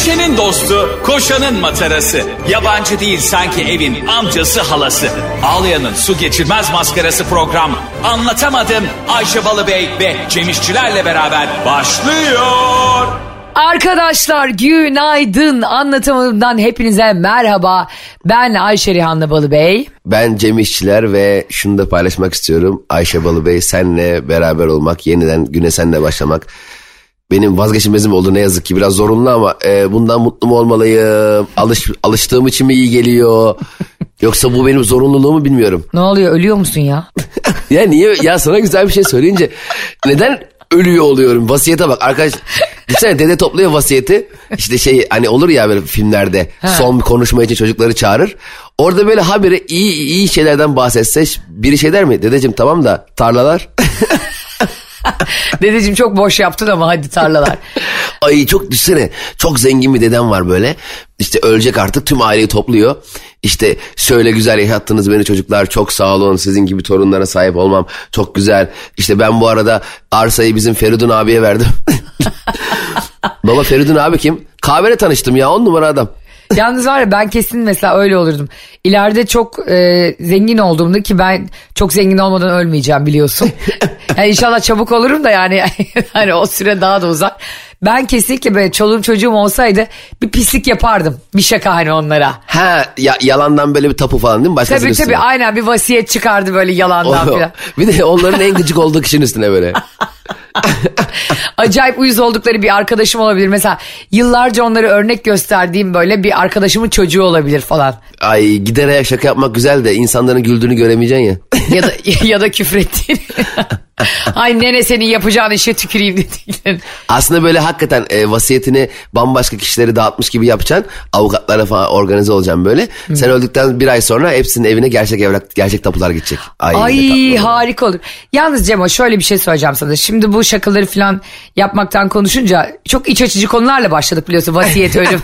Ayşe'nin dostu, koşanın matarası. Yabancı değil sanki evin amcası halası. Ağlayan'ın su geçirmez maskarası program. Anlatamadım Ayşe Balıbey ve Cemişçilerle beraber başlıyor. Arkadaşlar günaydın. Anlatamadığımdan hepinize merhaba. Ben Ayşe Rihanna Balıbey. Ben Cem İşçiler ve şunu da paylaşmak istiyorum. Ayşe Balıbey, senle beraber olmak, yeniden güne senle başlamak benim vazgeçilmezim oldu ne yazık ki. Biraz zorunlu ama bundan mutlu mu olmalıyım? Alıştığım için mi iyi geliyor? Yoksa bu benim zorunluluğumu bilmiyorum. Ne oluyor, ölüyor musun ya? Ya niye? Ya sana güzel bir şey söyleyince neden ölüyor oluyorum? Vasiyete bak arkadaş. Düşünsene, dede topluyor vasiyeti. İşte hani olur ya böyle filmlerde son bir konuşma için çocukları çağırır. Orada böyle habire iyi şeylerden bahsetse biri şey der mi? Dedeciğim tamam da tarlalar. Dedeciğim çok boş yaptın ama hadi tarlalar. Ay çok düşünsene, çok zengin bir dedem var böyle. İşte ölecek artık, tüm aileyi topluyor. İşte şöyle güzel yaşattınız beni çocuklar, çok sağ olun, sizin gibi torunlara sahip olmam çok güzel. İşte ben bu arada arsayı bizim Feridun abiye verdim. Baba Feridun abi kim? Kahvede tanıştım ya, 10 numara adam. Yalnız var ya, ben kesin mesela öyle olurdum. İleride çok zengin olduğumda, ki ben çok zengin olmadan ölmeyeceğim biliyorsun. Yani inşallah çabuk olurum da yani hani o süre daha da uzar. Ben kesinlikle böyle çoluğum çocuğum olsaydı bir pislik yapardım. Bir şaka hani onlara. Yalandan böyle bir tapu falan değil mi? Başkasının tabii üstüne. Aynen, bir vasiyet çıkardı böyle yalandan falan. Bir de onların en gıcık olduğu kişinin üstüne böyle. Acayip uyuz oldukları bir arkadaşım olabilir. Mesela yıllarca onları örnek gösterdiğim böyle bir arkadaşımın çocuğu olabilir falan. Ay giderek şaka yapmak güzel de insanların güldüğünü göremeyeceksin ya. ya da küfrettiğini. Ay nene, senin yapacağın işe tüküreyim dediklerin. Aslında böyle hakikaten vasiyetini bambaşka kişileri dağıtmış gibi yapacaksın. Avukatlara falan organize olacaksın böyle. Sen öldükten bir ay sonra hepsinin evine gerçek tapular gidecek. Ay harika olur. Yalnız Cemo, şöyle bir şey söyleyeceğim sana. Şimdi bu şakaları falan yapmaktan konuşunca çok iç açıcı konularla başladık biliyorsun. Vasiyet, ölüm.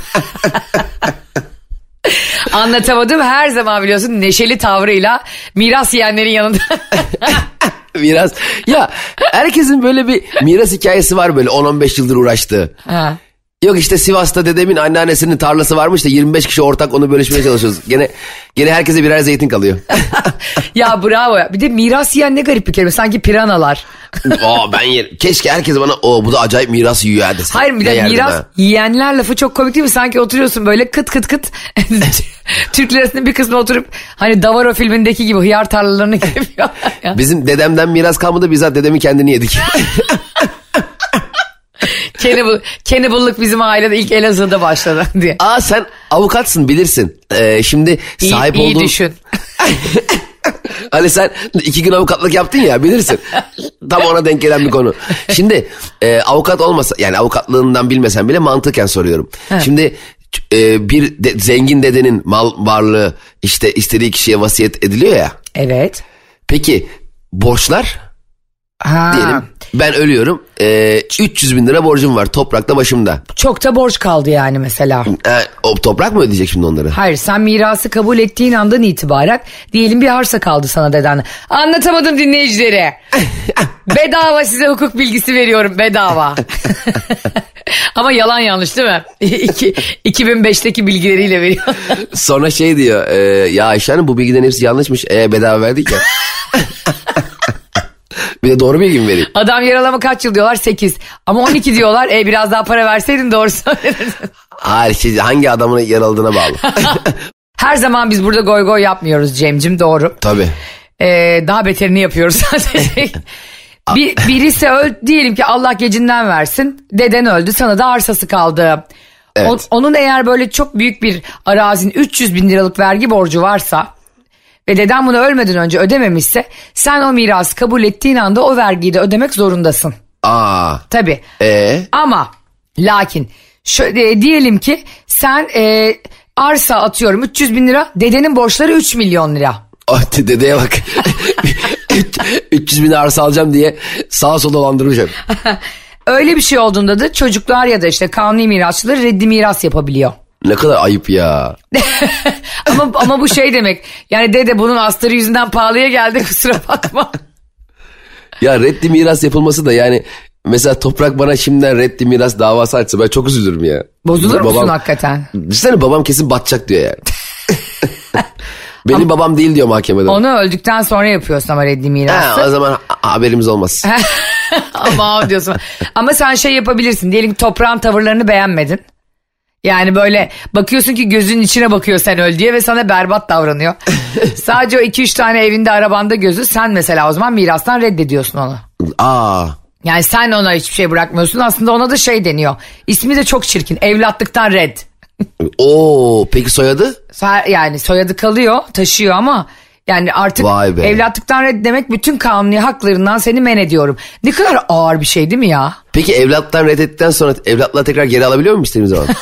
Anlatamadım her zaman biliyorsun neşeli tavrıyla miras yiyenlerin yanında. Miras. Ya herkesin böyle bir miras hikayesi var, böyle 10-15 yıldır uğraştığı. Ha. Yok işte Sivas'ta dedemin anneannesinin tarlası varmış da 25 kişi ortak onu bölüşmeye çalışıyoruz. Gene herkese birer zeytin kalıyor. Ya bravo ya. Bir de miras yiyen ne garip bir kelime. Sanki piranalar. Ben yerim. Keşke herkes bana bu da acayip miras yiyor ya desin. Hayır, bir de miras yiyenler lafı çok komik değil mi? Sanki oturuyorsun böyle kıt kıt kıt. Türk lirasının bir kısmı oturup hani Davaro filmindeki gibi hıyar tarlalarına giremiyor. Bizim dedemden miras kalmadı, bizzat dedemin kendini yedik. Cannibal'lık bizim ailede ilk Elazığ'da başladı diye. Sen avukatsın, bilirsin. Şimdi sahip olduğun... İyi düşün. Hani sen 2 gün avukatlık yaptın ya, bilirsin. Tam ona denk gelen bir konu. Şimdi avukat olmasa, yani avukatlığından bilmesen bile mantıken soruyorum. Şimdi bir zengin dedenin mal varlığı işte istediği kişiye vasiyet ediliyor ya. Evet. Peki borçlar? Diyelim ben ölüyorum, 300 bin lira borcum var toprakta başımda. Çok da borç kaldı yani mesela. O toprak mı ödeyecek şimdi onları? Hayır, sen mirası kabul ettiğin andan itibaren diyelim bir arsa kaldı sana deden. Anlatamadım dinleyicilere. Bedava size hukuk bilgisi veriyorum, bedava. Ama yalan yanlış değil mi? 2005'teki bilgileriyle veriyor. Sonra şey diyor, ya Ayşe Hanım bu bilgilerin hepsi yanlışmış, bedava verdik ya. Bir de doğru bilgi mi vereyim? Adam yaralama kaç yıl diyorlar? 8. Ama 12 diyorlar. Biraz daha para verseydin doğru söylerdin. Hayır, hangi adamın yaraladığına bağlı. Her zaman biz burada goy goy yapmıyoruz Cem'cim, doğru. Tabii. Daha beterini yapıyoruz sadece. Birisi diyelim ki Allah gecinden versin. Deden öldü, sana da arsası kaldı. Evet. Onun eğer böyle çok büyük bir arazinin 300 bin liralık vergi borcu varsa... Ve deden bunu ölmeden önce ödememişse, sen o mirası kabul ettiğin anda o vergiyi de ödemek zorundasın. Tabii. Ama lakin diyelim ki sen arsa atıyorum 300 bin lira, dedenin borçları 3 milyon lira. Dedeye bak. 300 bin arsa alacağım diye sağa sola dolandırmışım. Öyle bir şey olduğunda da çocuklar ya da işte kanuni mirasçılar reddi miras yapabiliyor. Ne kadar ayıp ya. ama bu şey demek. Yani dede bunun astarı yüzünden pahalıya geldi, kusura bakma. Ya reddi miras yapılması da yani mesela Toprak bana şimdiden reddi miras davası açsa ben çok üzülürüm ya. Bozulur musun hakikaten? Düşünsene babam kesin batacak diyor yani. Benim babam değil diyor mahkemede. Onu öldükten sonra yapıyorsun ama reddi mirası. O zaman haberimiz olmaz. Ama diyorsun. Ama sen şey yapabilirsin. Diyelim ki Toprağın tavırlarını beğenmedin. Yani böyle bakıyorsun ki gözünün içine bakıyor sen öl diye ve sana berbat davranıyor. Sadece o 2-3 tane evinde arabanda gözü, sen mesela o zaman mirastan reddediyorsun onu. Yani sen ona hiçbir şey bırakmıyorsun, aslında ona da şey deniyor. İsmi de çok çirkin, evlatlıktan red. Peki soyadı? Yani soyadı kalıyor, taşıyor ama yani artık evlatlıktan red demek bütün kanuni haklarından seni men ediyorum. Ne kadar ağır bir şey değil mi ya? Peki evlattan reddettikten sonra evlatlığa tekrar geri alabiliyor muyum istediğim zaman?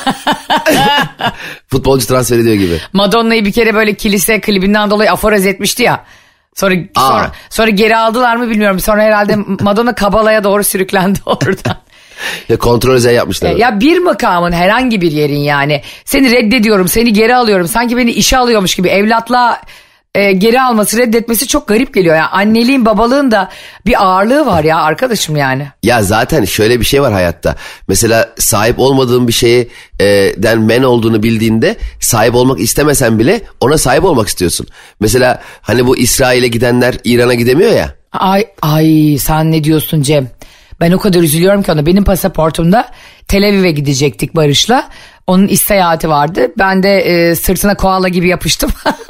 Futbolcu transfer ediyor gibi. Madonna'yı bir kere böyle kilise klibinden dolayı aforoz etmişti ya. Sonra geri aldılar mı bilmiyorum. Sonra herhalde Madonna Kabala'ya doğru sürüklendi oradan. Ya kontrol özel yapmışlar. Ya bir makamın, herhangi bir yerin yani. Seni reddediyorum, seni geri alıyorum. Sanki beni işe alıyormuş gibi evlatla geri alması, reddetmesi çok garip geliyor. Yani anneliğin, babalığın da bir ağırlığı var ya arkadaşım yani. Ya zaten şöyle bir şey var hayatta. Mesela sahip olmadığın bir şeye men olduğunu bildiğinde sahip olmak istemesen bile ona sahip olmak istiyorsun. Mesela hani bu İsrail'e gidenler İran'a gidemiyor ya. Ay sen ne diyorsun Cem? Ben o kadar üzülüyorum ki ona. Benim pasaportumda Tel Aviv'e gidecektik Barış'la. Onun iş seyahati vardı. Ben de sırtına koala gibi yapıştım.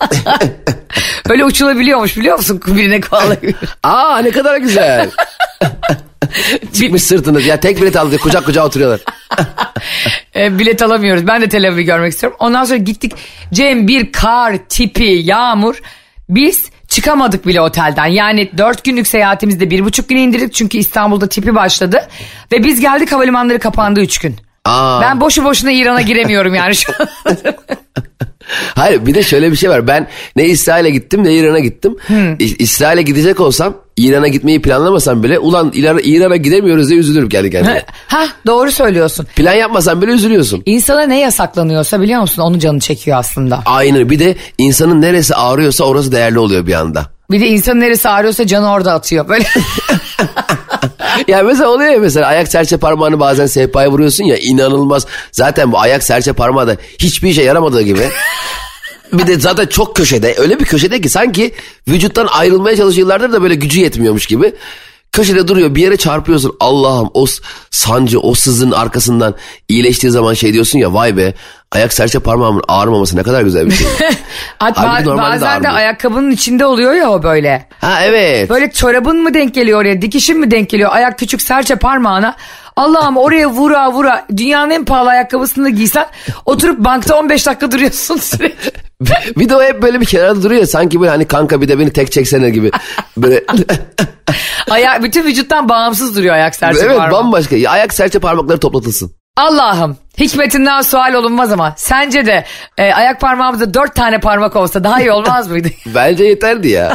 Öyle uçulabiliyormuş biliyor musun? Birine koala gibi. Ne kadar güzel. Çıkmış sırtınız. Ya tek bilet aldı, kucak kucağa oturuyorlar. Bilet alamıyoruz. Ben de Tel Aviv'i görmek istiyorum. Ondan sonra gittik. Cem, bir kar, tipi, yağmur. Biz çıkamadık bile otelden. Yani 4 günlük seyahatimizde 1,5 güne indirdik. Çünkü İstanbul'da tipi başladı. Ve biz geldik, havalimanları kapandı 3 gün. Ben boşu boşuna İran'a giremiyorum yani şu an. Hayır, bir de şöyle bir şey var. Ben ne İsrail'e gittim ne İran'a gittim. İsrail'e gidecek olsam, İran'a gitmeyi planlamasam bile ulan İran'a gidemiyoruz diye üzülürüm kendi kendime. Doğru söylüyorsun. Plan yapmasan bile üzülüyorsun. İnsana ne yasaklanıyorsa biliyor musun, onun canı çekiyor aslında. Aynen, bir de insanın neresi ağrıyorsa orası değerli oluyor bir anda. Bir de insanın neresi ağrıyorsa canı orada atıyor böyle. Ya mesela oluyor ya, mesela ayak serçe parmağını bazen sehpaya vuruyorsun ya, inanılmaz. Zaten bu ayak serçe parmağı da hiçbir işe yaramadığı gibi. Bir de zaten çok köşede, öyle bir köşede ki sanki vücuttan ayrılmaya çalışıyorlardır da böyle gücü yetmiyormuş gibi. Köşede duruyor, bir yere çarpıyorsun, Allah'ım o sancı, o sızın arkasından iyileştiği zaman şey diyorsun ya, vay be, ayak serçe parmağımın ağrımaması ne kadar güzel bir şey. Bazen de ayakkabının içinde oluyor ya o böyle. Evet. Böyle çorabın mı denk geliyor oraya, dikişin mi denk geliyor ayak küçük serçe parmağına. Allah'ım oraya vura dünyanın en pahalı ayakkabısını giysen oturup bankta 15 dakika duruyorsun sürekli. Bir de o hep böyle bir kenarda duruyor sanki böyle hani kanka bir de beni tek çeksene gibi. Böyle. Bütün vücuttan bağımsız duruyor ayak serçe parmağı. Evet, bambaşka. Ayak serçe parmakları toplatılsın. Allah'ım, hikmetinden sual olunmaz ama sence de ayak parmağımızda 4 tane parmak olsa daha iyi olmaz mıydı? Bence yeterdi ya.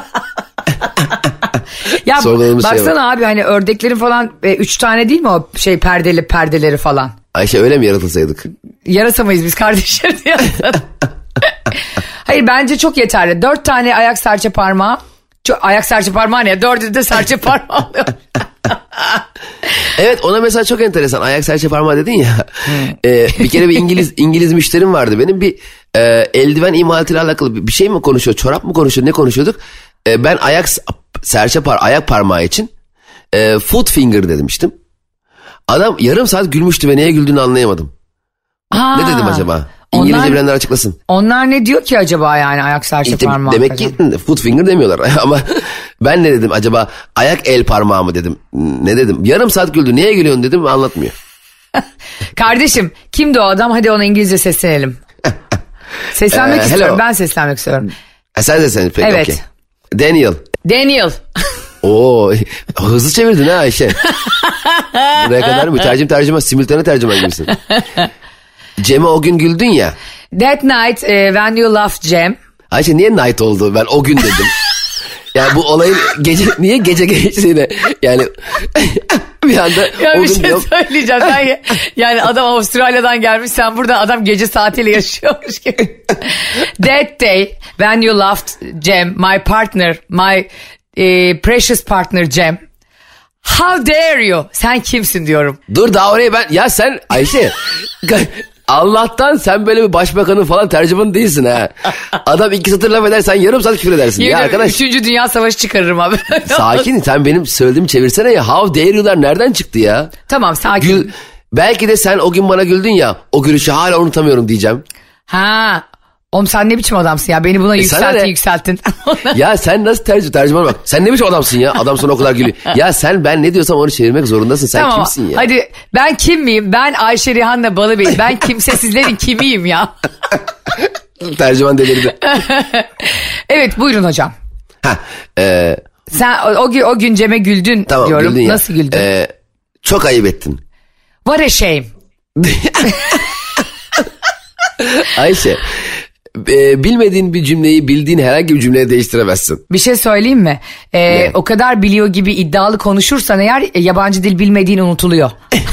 Ya baksana abi, hani ördeklerin falan 3 tane değil mi o perdeleri falan? Ayşe, öyle mi yaratılsaydık? Yarasa mıyız biz kardeşler? Hayır, bence çok yeterli. 4 tane ayak serçe parmağı. Ayak serçe parmağı ne? 4'ü de serçe parmağı alıyor. Evet, ona mesela çok enteresan, ayak serçe parmağı dedin ya. Bir kere bir İngiliz müşterim vardı benim, bir eldiven imalatıyla alakalı bir şey mi konuşuyor, çorap mı konuşuyor, ne konuşuyorduk? Ben ayak parmağı için foot finger demiştim. Adam yarım saat gülmüştü ve neye güldüğünü anlayamadım. Ne dedim acaba? İngilizce bilenler açıklasın. Onlar ne diyor ki acaba, yani ayak serçe parmağı? Demek ki foot finger demiyorlar. Ama ben ne dedim acaba, ayak el parmağı mı dedim. Ne dedim? Yarım saat güldü. Niye gülüyorsun dedim, anlatmıyor. Kardeşim, kimdi o adam? Hadi ona İngilizce seslenelim. Seslenmek istiyorum. Ben seslenmek istiyorum. Sen seslen peki. Evet. Okay. Daniel. Oo, hızlı çevirdin ha Ayşe. Buraya kadar mı? Tercüme, simultane tercüman gibisin. Cem'e o gün güldün ya. That night when you laughed Cem. Ayşe, niye night oldu? Ben o gün dedim. Yani bu olayın niye gece geçtiğine yani bir anda ya o bir gün şey söyleyeceğim. Yani adam Avustralya'dan gelmiş, sen burada adam gece saatiyle yaşıyormuş gibi. That day when you laughed Cem, my partner, my precious partner Cem. How dare you? Sen kimsin diyorum. Dur daha oraya ben... Ya sen Ayşe... Allah'tan sen böyle bir başbakanın falan tercümanı değilsin ha. Adam 2 satır laf eder, sen yarım saat küfür edersin. Ya arkadaş. 3. Dünya Savaşı çıkarırım abi. Sakin, sen benim söylediğimi çevirsene ya. How dare you'lar nereden çıktı ya? Tamam sakin. Belki de sen o gün bana güldün ya. O gülüşü hala unutamıyorum diyeceğim. Ha. Oğlum sen ne biçim adamsın ya? Beni buna yükselttin. Ya sen nasıl tercüman bak. Sen ne biçim adamsın ya? Adam sana o kadar gülüyor. Ya sen ben ne diyorsam onu çevirmek zorundasın. Sen tamam, kimsin ya? Hadi ben kim miyim? Ben Ayşe Rihanna Balıbey. Ben kimsesizlerin kimiyim ya? Tercüman delirdi. Evet buyurun hocam. Sen o gün Cem'e güldün tamam, diyorum. Güldün nasıl güldün? Çok ayıp ettin. What a shame. Ayşe... bilmediğin bir cümleyi bildiğin herhangi bir cümleye değiştiremezsin. Bir şey söyleyeyim mi? O kadar biliyor gibi iddialı konuşursan eğer yabancı dil bilmediğin unutuluyor.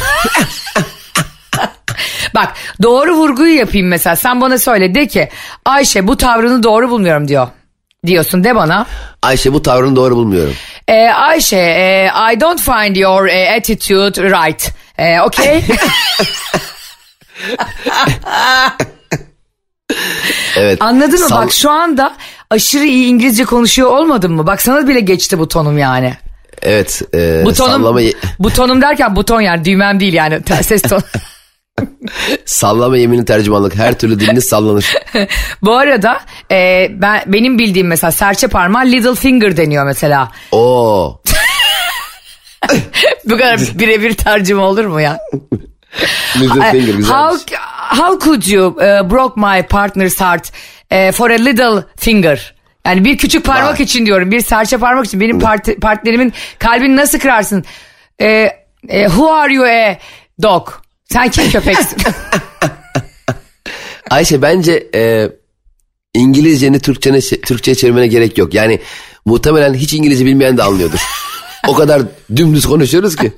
Bak doğru vurguyu yapayım mesela. Sen bana söyle de ki Ayşe bu tavrını doğru bulmuyorum diyorsun de bana. Ayşe bu tavrını doğru bulmuyorum. Ayşe I don't find your attitude right. Okay? Evet. Anladın mı? Bak şu anda aşırı iyi İngilizce konuşuyor olmadın mı? Bak sana bile geçti bu tonum yani. Evet. Bu tonum derken buton yani düğmem değil yani ses tonu. Sallama yemini tercümanlık, her türlü diliniz sallanır. Bu arada benim bildiğim mesela serçe parmağı little finger deniyor mesela. Oo. Bu kadar birebir tercüme olur mu ya? Little finger güzelmiş. How could you broke my partner's heart for a little finger? Yani bir küçük parmak için diyorum. Bir serçe parmak için. Benim partnerimin kalbini nasıl kırarsın? Who are you a dog? Sen kim köpeksin? Ayşe bence İngilizceni Türkçe'ye çevirmene gerek yok. Yani muhtemelen hiç İngilizce bilmeyen de anlıyordur. O kadar dümdüz konuşuyoruz ki.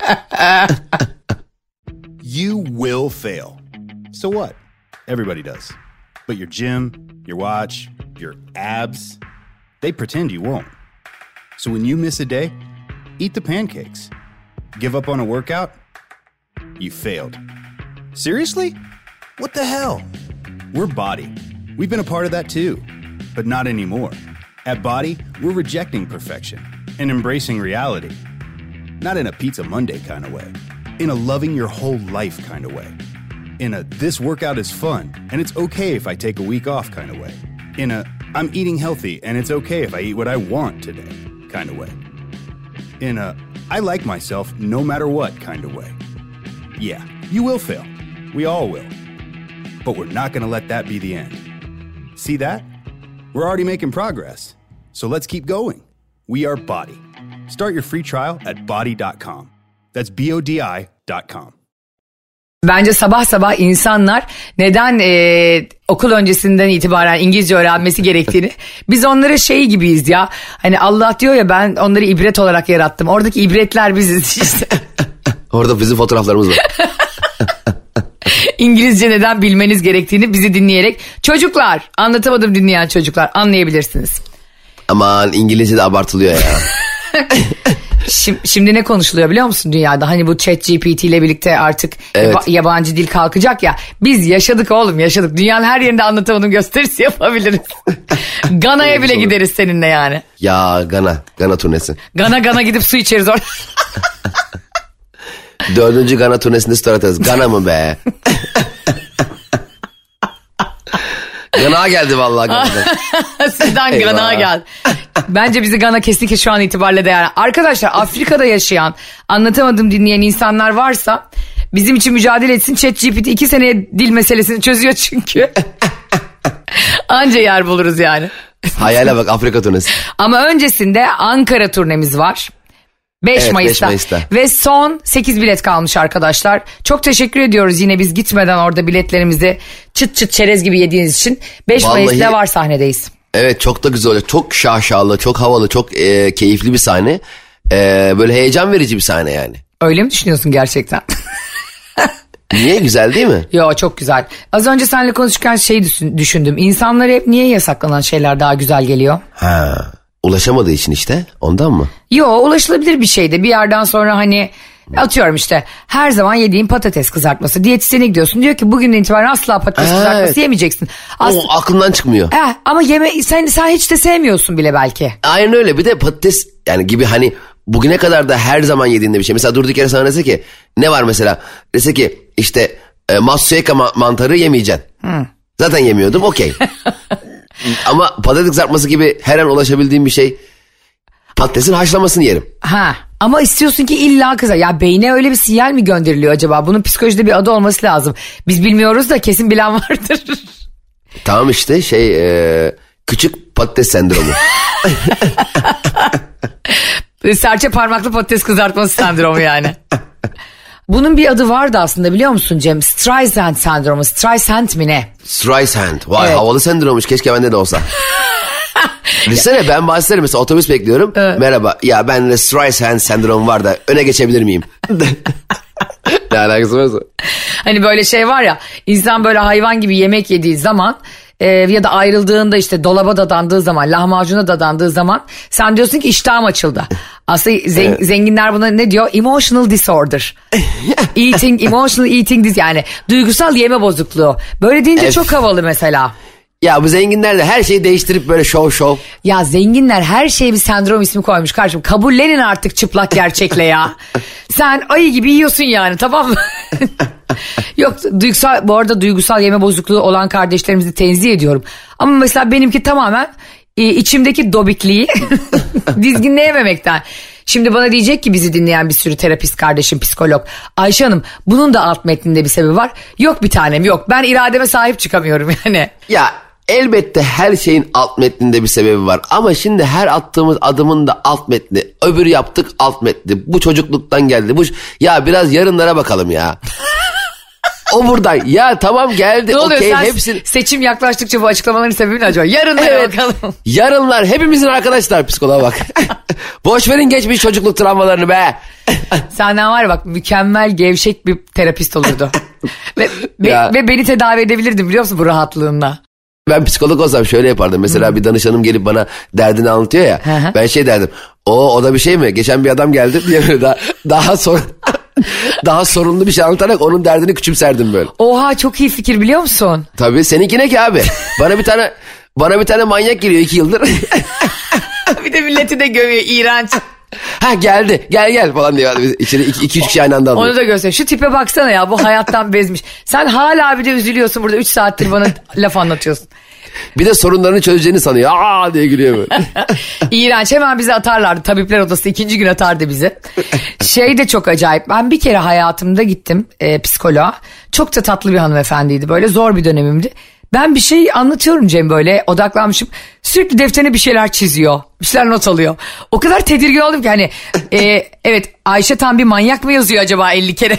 You will fail. So what? Everybody does. But your gym, your watch, your abs, they pretend you won't. So when you miss a day, eat the pancakes. Give up on a workout? You failed. Seriously? What the hell? We're Body. We've been a part of that too, but not anymore. At Body, we're rejecting perfection and embracing reality. Not in a Pizza Monday kind of way. In a loving your whole life kind of way. In a this workout is fun and it's okay if I take a week off kind of way. In a I'm eating healthy and it's okay if I eat what I want today kind of way. In a I like myself no matter what kind of way. Yeah, you will fail. We all will. But we're not going to let that be the end. See that? We're already making progress. So let's keep going. We are Body. Start your free trial at body.com. That's BODI.com. Bence sabah sabah insanlar neden okul öncesinden itibaren İngilizce öğrenmesi gerektiğini biz onlara şey gibiyiz ya. Hani Allah diyor ya ben onları ibret olarak yarattım. Oradaki ibretler biziz işte. Orada bizim fotoğraflarımız var. İngilizce neden bilmeniz gerektiğini bizi dinleyerek çocuklar anlatamadım dinleyen çocuklar anlayabilirsiniz. Aman İngilizce de abartılıyor ya. Şimdi ne konuşuluyor biliyor musun dünyada? Hani bu ChatGPT ile birlikte artık evet. Yabancı dil kalkacak ya. Biz yaşadık oğlum yaşadık. Dünyanın her yerinde anlatamadığım gösterisi yapabiliriz. Gana'ya bile gideriz seninle yani. Ya Gana turnesi. Gana gidip su içeriz orada. 4. Gana turnesinde story atarız. Gana mı be? Gana geldi vallahi Gana'dan. Sizden Gana geldi. Bence bizi Gana kesinlikle şu an itibariyle değer. Arkadaşlar Afrika'da yaşayan anlatamadım dinleyen insanlar varsa bizim için mücadele etsin. ChatGPT 2 seneye dil meselesini çözüyor çünkü. Anca yer buluruz yani. Hayale bak Afrika turnesi. Ama öncesinde Ankara turnemiz var. 5 evet, Mayıs'ta. 5 Mayıs'ta ve son 8 bilet kalmış arkadaşlar. Çok teşekkür ediyoruz yine biz gitmeden orada biletlerimizi çıt çıt çerez gibi yediğiniz için. 5 Mayıs'ta var sahnedeyiz. Evet çok da güzel olacak. Çok şaşalı, çok havalı, çok keyifli bir sahne. Böyle heyecan verici bir sahne yani. Öyle mi düşünüyorsun gerçekten? Niye güzel değil mi? Yo çok güzel. Az önce seninle konuşurken şey düşündüm. İnsanlara hep niye yasaklanan şeyler daha güzel geliyor? Ha. ulaşamadığı için işte ondan mı? Yo, ulaşılabilir bir şeydi. Bir yerden sonra hani atıyorum işte her zaman yediğin patates kızartması. Diyetisyene gidiyorsun, diyor ki bugünden itibaren asla patates kızartması yemeyeceksin. O aklından çıkmıyor. Ama sen hiç de sevmiyorsun bile belki. Aynen öyle. Bir de patates yani gibi hani bugüne kadar da her zaman yediğinde bir şey. Mesela durduk yere sana dese ki ne var mesela? Dese ki işte Matsueka mantarı yemeyeceksin. Zaten yemiyordum, okey. Ama patates kızartması gibi her an ulaşabildiğim bir şey, patatesin haşlamasını yerim. Ama istiyorsun ki illa kızar. Ya beyne öyle bir sinyal mi gönderiliyor acaba? Bunun psikolojide bir adı olması lazım. Biz bilmiyoruz da kesin bilen vardır. Tamam işte küçük patates sendromu. Serçe parmaklı patates kızartması sendromu yani. Bunun bir adı vardı aslında, biliyor musun Cem? Streisand sendromu. Streisand mi ne? Streisand. Vay, evet. Havalı sendrommuş. Keşke bende de olsa. Düşünsene, ben bahsederim mesela, otobüs bekliyorum. Evet. Merhaba, ya bende Streisand sendromu var da öne geçebilir miyim? Ne alakası varsa. Hani böyle şey var ya, insan böyle hayvan gibi yemek yediği zaman ya da ayrıldığında işte dolaba dadandığı zaman, lahmacuna dadandığı zaman sen diyorsun ki iştahım açıldı. Aslında zenginler buna ne diyor? Emotional disorder. Emotional eating yani duygusal yeme bozukluğu. Böyle deyince çok havalı mesela. Ya bu zenginler de her şeyi değiştirip böyle şov. Ya zenginler her şeye bir sendrom ismi koymuş kardeşim. Kabullenin artık çıplak gerçekle ya. Sen ayı gibi yiyorsun yani, tamam mı? Yok, bu arada duygusal yeme bozukluğu olan kardeşlerimizi tenzih ediyorum. Ama mesela benimki tamamen içimdeki dobikliği dizginleyememekten. Şimdi bana diyecek ki bizi dinleyen bir sürü terapist kardeşim, psikolog. Ayşe Hanım, bunun da alt metninde bir sebebi var. Yok bir tanem, yok. Ben irademe sahip çıkamıyorum yani. Ya elbette her şeyin alt metninde bir sebebi var. Ama şimdi her attığımız adımın da alt metni. Öbürü yaptık, alt metni. Bu çocukluktan geldi. Ya biraz yarınlara bakalım ya. O buradan. Ya tamam, geldi. Ne oluyor, sen hepsini... seçim yaklaştıkça bu açıklamaların sebebi ne acaba? Yarınlara bakalım. Yarınlar hepimizin arkadaşlar, psikoloğa bak. Boş verin geçmiş çocukluk travmalarını be. Senden var ya bak, mükemmel gevşek bir terapist olurdu. ve beni tedavi edebilirdim, biliyor musun, bu rahatlığınla. Ben psikolog olsam şöyle yapardım. Mesela bir danışanım gelip bana derdini anlatıyor ya. Ben şey derdim. O da bir şey mi? Geçen bir adam geldi diye böyle daha sorunlu bir şey anlatarak onun derdini küçümserdim böyle. Oha, çok iyi fikir, biliyor musun? Tabii, seninki ne ki abi? Bana bir tane manyak geliyor 2 yıldır. Bir de milleti de gömüyor, iğrenç. Geldi, gel falan diyor. İçeri 2-3 kişi aynı anda alıyor. Onu da göster. Şu tipe baksana ya, bu hayattan bezmiş. Sen hala bir de üzülüyorsun burada, 3 saattir bana laf anlatıyorsun. Bir de sorunlarını çözeceğini sanıyor. Aa diye gülüyor böyle. İğrenç, hemen bizi atarlardı. Tabipler odası 2. gün atardı bizi. Şey de çok acayip. Ben bir kere hayatımda gittim psikoloğa. Çok da tatlı bir hanımefendiydi. Böyle zor bir dönemimdi. Ben bir şey anlatıyorum Cem, böyle odaklanmışım. Sürekli defterine bir şeyler çiziyor. Bir şeyler not alıyor. O kadar tedirgin oldum ki hani evet, Ayşe tam bir manyak mı yazıyor acaba 50 kere?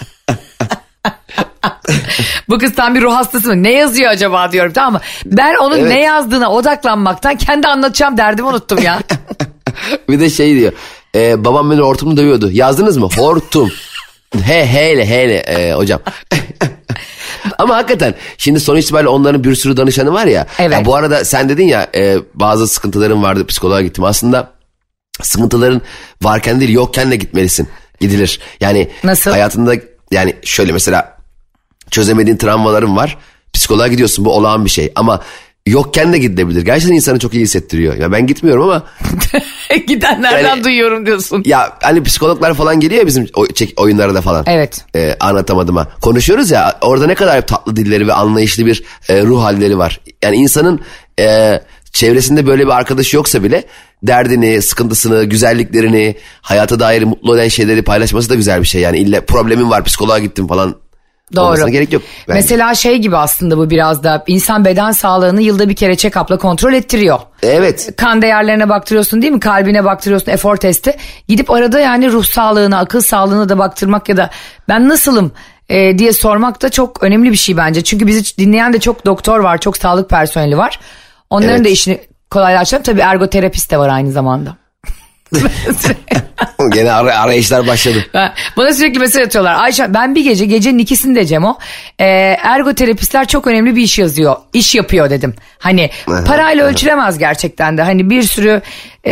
Bu kız tam bir ruh hastası mı? Ne yazıyor acaba diyorum, tamam mı? Ben onun ne yazdığına odaklanmaktan kendi anlatacağım derdimi unuttum ya. Bir de şey diyor. Babam beni hortumla dövüyordu. Yazdınız mı? Hortum. Hele hocam. Ama hakikaten şimdi sonuç itibariyle onların bir sürü danışanı var ya. Evet. Ya bu arada sen dedin ya bazı sıkıntılarım vardı, psikoloğa gittim. Aslında sıkıntıların varken değil, yokken de gitmelisin. Gidilir. Yani nasıl? Hayatında yani şöyle mesela çözemediğin travmaların var. Psikoloğa gidiyorsun, bu olağan bir şey. Ama yokken de gidilebilir. Gerçekten insanı çok iyi hissettiriyor. Ya ben gitmiyorum ama. Gidenlerden duyuyorum diyorsun. Ya hani psikologlar falan geliyor ya bizim oyunlara da falan. Evet. Anlatamadım ha. Konuşuyoruz ya, orada ne kadar tatlı dilleri ve anlayışlı bir ruh halleri var. Yani insanın çevresinde böyle bir arkadaşı yoksa bile derdini, sıkıntısını, güzelliklerini, hayata dair mutlu olan şeyleri paylaşması da güzel bir şey. Yani illa problemin var, psikoloğa gittim falan. Doğru. Gerek yok. Bence. Mesela şey gibi aslında bu biraz da, insan beden sağlığını yılda bir kere check-up'la kontrol ettiriyor. Evet. Kan değerlerine baktırıyorsun değil mi? Kalbine baktırıyorsun, efor testi. Gidip arada yani ruh sağlığına, akıl sağlığına da baktırmak ya da ben nasılım diye sormak da çok önemli bir şey bence. Çünkü bizi dinleyen de çok doktor var, çok sağlık personeli var. Onların da işini kolaylaştırıyor. Tabii ergoterapist de var aynı zamanda. Gene arayışlar başladı. Bana sürekli mesaj atıyorlar. Ayşe ben bir gecenin 2'sinde Cemo ergoterapistler çok önemli bir iş yapıyor dedim. Hani parayla ölçülemez gerçekten de. Hani bir sürü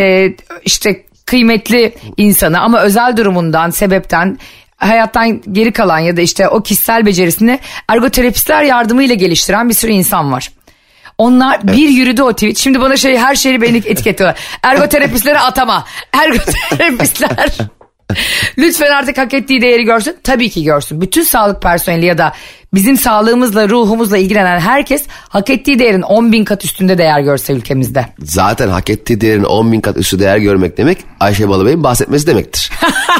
işte kıymetli insana ama özel durumundan, sebepten, hayattan geri kalan ya da işte o kişisel becerisini ergoterapistler yardımıyla geliştiren bir sürü insan var. Onlar bir yürüdü o tweet. Şimdi bana her şeyi beni etiketliyorlar. Ergoterapistlere atama. Ergoterapistler lütfen artık hak ettiği değeri görsün. Tabii ki görsün. Bütün sağlık personeli ya da bizim sağlığımızla, ruhumuzla ilgilenen herkes hak ettiği değerin 10.000 kat üstünde değer görse ülkemizde. Zaten hak ettiği değerin 10.000 kat üstü değer görmek demek Ayşe Balıbey'in bahsetmesi demektir.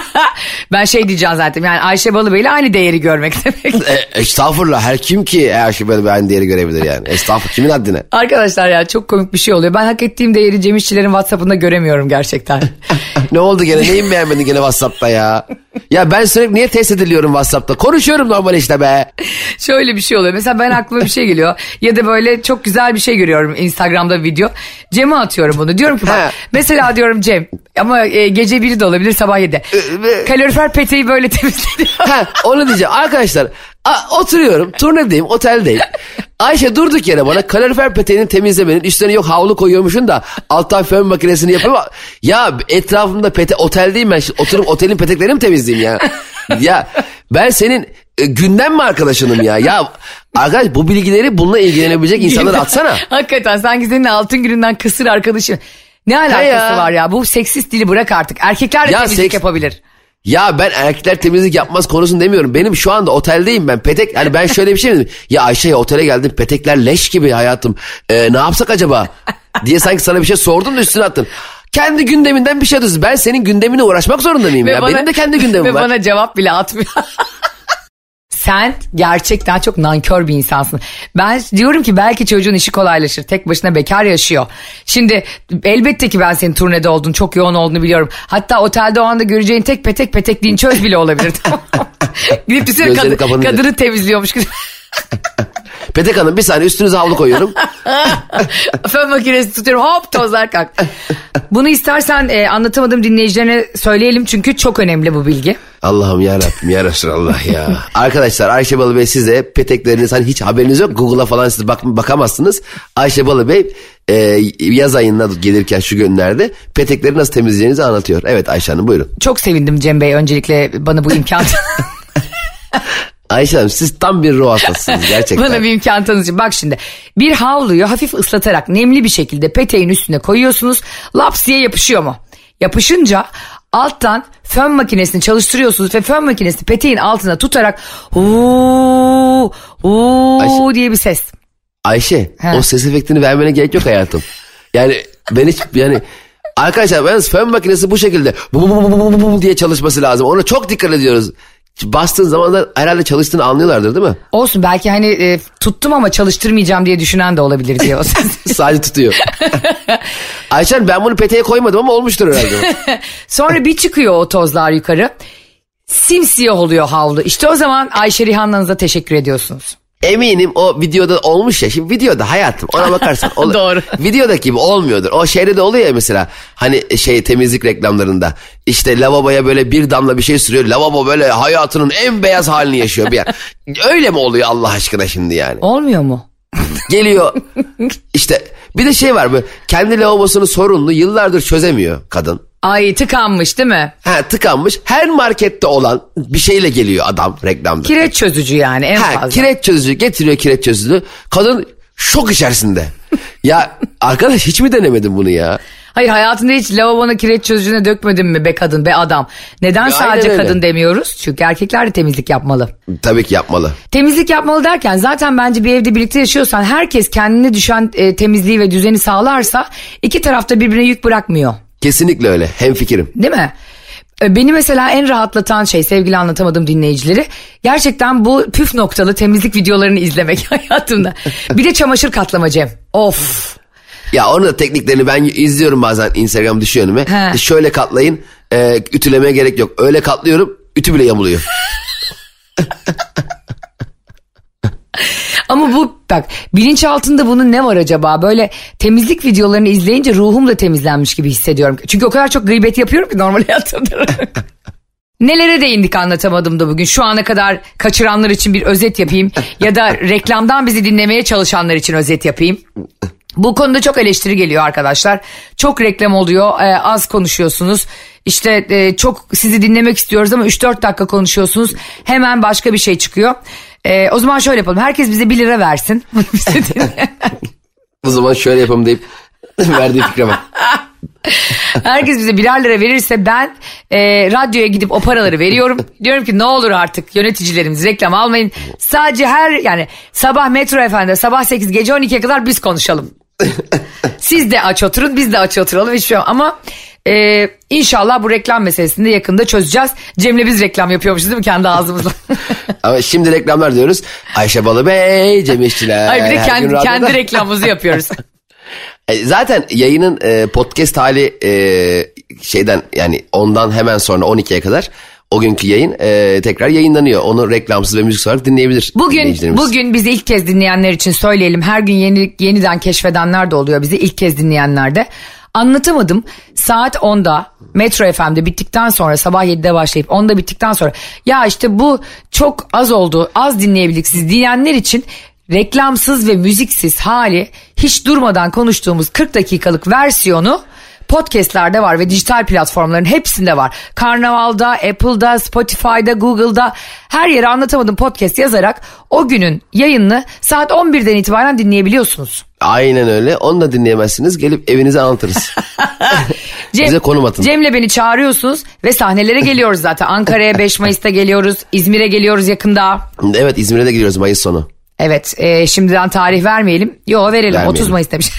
Ben diyeceğim zaten yani Ayşe Balıbey'le aynı değeri görmek demek. Estağfurullah, her kim ki Ayşe Balıbey aynı değeri görebilir yani. Estağfurullah, kimin haddine? Arkadaşlar ya çok komik bir şey oluyor. Ben hak ettiğim değeri Cem İşçilerin WhatsApp'ında göremiyorum gerçekten. Ne oldu gene, neyin beğenmedin gene WhatsApp'ta ya? Ya ben sürekli niye test ediliyorum WhatsApp'ta? Konuşuyorum normal işte be. Şöyle bir şey oluyor. Mesela ben aklıma bir şey geliyor. Ya da böyle çok güzel bir şey görüyorum Instagram'da video. Cem'e atıyorum bunu. Diyorum ki bak mesela diyorum Cem ama gece 1'i de olabilir sabah 7'de. Kalorifer peteği böyle temizleniyor. Onu diyeceğim arkadaşlar. Oturuyorum, turnedeyim, oteldeyim. Ayşe durduk yere bana kalorifer peteğini temizlemenin, üstüne yok havlu koyuyormuşsun da alttan fön makinesini yapıyorum. Ya etrafımda oteldeyim ben, oturup otelin peteklerini mi temizleyeyim ya? Ya ben senin gündem mi arkadaşınım ya? Ya arkadaş bu bilgileri bununla ilgilenebilecek insanlara atsana. Hakikaten sanki senin altın gününden kısır arkadaşın. Ne alakası var ya? Bu seksist dili bırak artık. Erkekler de temizlik yapabilir. Ya ben erkekler temizlik yapmaz konusunu demiyorum. Benim şu anda oteldeyim ben. Petek, hani ben şöyle bir şey mi dedim? Ya Ayşe otele geldim, petekler leş gibi hayatım. Ne yapsak acaba? Diye sanki sana bir şey sordum da üstüne attın. Kendi gündeminden bir şey diyorsun. Ben senin gündemine uğraşmak zorunda mıyım ya? Benim de kendi gündemim var. Ve bana cevap bile atmıyor. Sen gerçekten çok nankör bir insansın. Ben diyorum ki belki çocuğun işi kolaylaşır. Tek başına bekar yaşıyor. Şimdi elbette ki ben senin turnede olduğunu, çok yoğun olduğunu biliyorum. Hatta otelde o anda göreceğin tek petekliğin çöz bile olabilir. Gidip düşünsene kadını temizliyormuş. Petek Hanım bir saniye, üstünüze havlu koyuyorum. Fön makinesi tutuyorum, hop tozlar kalk. Bunu istersen anlatamadığım dinleyicilerine söyleyelim çünkü çok önemli bu bilgi. Allah'ım yarabbim ya Resulallah ya. Arkadaşlar Ayşe Balıbey size petekleriniz, hani hiç haberiniz yok, Google'a falan siz bakamazsınız. Ayşe Balıbey yaz ayında gelirken şu günlerde petekleri nasıl temizleyeceğinizi anlatıyor. Evet Ayşe Hanım buyurun. Çok sevindim Cem Bey öncelikle bana bu imkan. Ayşe Hanım siz tam bir ruh hastasısınız gerçekten. Bana bir imkan tanıcı. Bak şimdi bir havluyu hafif ıslatarak nemli bir şekilde peteğin üstüne koyuyorsunuz. Laps diye yapışıyor mu? Yapışınca alttan fön makinesini çalıştırıyorsunuz ve fön makinesi peteğin altına tutarak Ayşe, diye bir ses. Ayşe o ses efektini vermene gerek yok hayatım. Yani ben hiç arkadaşlar ben fön makinesi bu şekilde diye çalışması lazım. Ona çok dikkat ediyoruz. Bastığın zaman da herhalde çalıştığını anlıyorlardır değil mi? Olsun belki hani tuttum ama çalıştırmayacağım diye düşünen de olabilir diye o ses. Sadece tutuyor. Ayşen ben bunu peteğe koymadım ama olmuştur herhalde. Sonra bir çıkıyor o tozlar yukarı. Simsiyah oluyor havlu. İşte o zaman Ayşe Rihanna'nıza teşekkür ediyorsunuz. Eminim o videoda olmuş ya. Şimdi videoda hayatım ona bakarsan. Doğru. Videodaki gibi olmuyordur. O şeyde de oluyor ya mesela. Hani temizlik reklamlarında. İşte lavaboya böyle bir damla bir şey sürüyor. Lavabo böyle hayatının en beyaz halini yaşıyor bir yer. Öyle mi oluyor Allah aşkına şimdi yani? Olmuyor mu? Geliyor. İşte bir de şey var böyle. Kendi lavabosunu sorunlu yıllardır çözemiyor kadın. Ay tıkanmış değil mi? Tıkanmış. Her markette olan bir şeyle geliyor adam reklamda. Kireç çözücü yani en fazla. Kireç çözücü getiriyor, kireç çözücü. Kadın şok içerisinde. Ya arkadaş hiç mi denemedin bunu ya? Hayır hayatında hiç lavabona kireç çözücüne dökmedin mi be kadın be adam? Neden sadece kadın demiyoruz? Çünkü erkekler de temizlik yapmalı. Tabii ki yapmalı. Temizlik yapmalı derken zaten bence bir evde birlikte yaşıyorsan herkes kendine düşen temizliği ve düzeni sağlarsa iki tarafta birbirine yük bırakmıyor. Kesinlikle öyle. Hemfikirim. Değil mi? Beni mesela en rahatlatan şey sevgili anlatamadığım dinleyicileri gerçekten bu püf noktalı temizlik videolarını izlemek hayatımda. Bir de çamaşır katlama Cem. Of. Ya onun da tekniklerini ben izliyorum bazen Instagram düşüyor önüme. Şöyle katlayın ütülemeye gerek yok. Öyle katlıyorum ütü bile yamuluyor. Ama bu bak, bilinçaltında bunun ne var acaba? Böyle temizlik videolarını izleyince ruhum da temizlenmiş gibi hissediyorum. Çünkü o kadar çok gıybet yapıyorum ki normal hayatımda. Nelere değindik anlatamadım da bugün. Şu ana kadar kaçıranlar için bir özet yapayım. Ya da reklamdan bizi dinlemeye çalışanlar için özet yapayım. Bu konuda çok eleştiri geliyor arkadaşlar. Çok reklam oluyor, az konuşuyorsunuz. İşte çok sizi dinlemek istiyoruz ama 3-4 dakika konuşuyorsunuz. Hemen başka bir şey çıkıyor. O zaman şöyle yapalım. Herkes bize 1 lira versin. O zaman şöyle yapalım deyip verdiği fikre bak. Herkes bize 1 lira verirse ben radyoya gidip o paraları veriyorum. Diyorum ki ne olur artık yöneticilerimiz reklam almayın. Sadece yani sabah Metro FM'de sabah 8 gece 12'ye kadar biz konuşalım. Siz de aç oturun, biz de aç oturalım. Hiçbir şey yok. Ama inşallah bu reklam meselesini de yakında çözeceğiz. Cem'le biz reklam yapıyormuşuz değil mi kendi ağzımızla? Ama şimdi reklamlar diyoruz. Ayşe Balıbey, Cem İşçiler. Hayır, bir de kendi reklamımızı yapıyoruz. Zaten yayının podcast hali şeyden, yani ondan hemen sonra 12'ye kadar o günkü yayın tekrar yayınlanıyor. Onu reklamsız ve müzik olarak dinleyebilir Bugün bizi ilk kez dinleyenler için söyleyelim. Her gün yeniden keşfedenler de oluyor bizi, ilk kez dinleyenler de. Anlatamadım. Saat 10'da Metro FM'de bittikten sonra, sabah 7'de başlayıp 10'da bittikten sonra, ya işte bu çok az oldu, az dinleyebildik siz diyenler için reklamsız ve müziksiz hali, hiç durmadan konuştuğumuz 40 dakikalık versiyonu podcastlerde var ve dijital platformların hepsinde var. Karnaval'da, Apple'da, Spotify'da, Google'da, her yere Anlatamadım podcast yazarak o günün yayınını saat 11'den itibaren dinleyebiliyorsunuz. Aynen öyle. Onu da dinleyemezsiniz. Gelip evinize anlatırız. Bize konum atın. Cem'le beni çağırıyorsunuz ve sahnelere geliyoruz zaten. Ankara'ya 5 Mayıs'ta geliyoruz. İzmir'e geliyoruz yakında. Evet, İzmir'e de gidiyoruz Mayıs sonu. Evet, şimdiden tarih vermeyelim. Vermeyelim. 30 Mayıs demiş.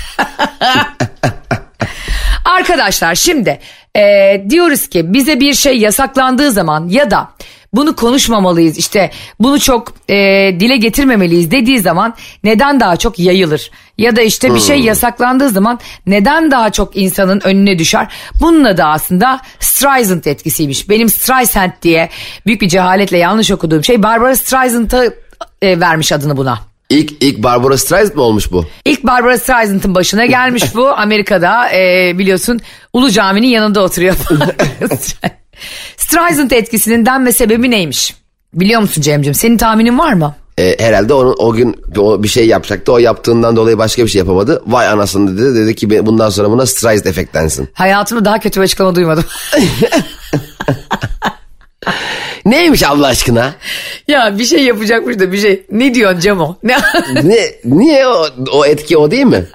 Arkadaşlar şimdi diyoruz ki bize bir şey yasaklandığı zaman ya da bunu konuşmamalıyız, işte bunu çok dile getirmemeliyiz dediği zaman neden daha çok yayılır? Ya da işte bir şey yasaklandığı zaman neden daha çok insanın önüne düşer? Bununla da aslında Streisand etkisiymiş. Benim Streisand diye büyük bir cehaletle yanlış okuduğum şey Barbra Streisand'a vermiş adını buna. İlk Barbra Streisand mı olmuş bu? İlk Barbra Streisand'ın başına gelmiş bu. Amerika'da biliyorsun Ulu Cami'nin yanında oturuyor. Streisand etkisinin denme sebebi neymiş? Biliyor musun Cem'ciğim? Senin tahminin var mı? Herhalde o gün bir şey yapacaktı. O yaptığından dolayı başka bir şey yapamadı. Vay anasını dedi. Dedi ki bundan sonra buna Streisand efekt densin. Hayatımda daha kötü bir açıklama duymadım. Neymiş Allah aşkına? Ya bir şey yapacakmış da bir şey. Ne diyorsun Cemo? Niye o etki o değil mi?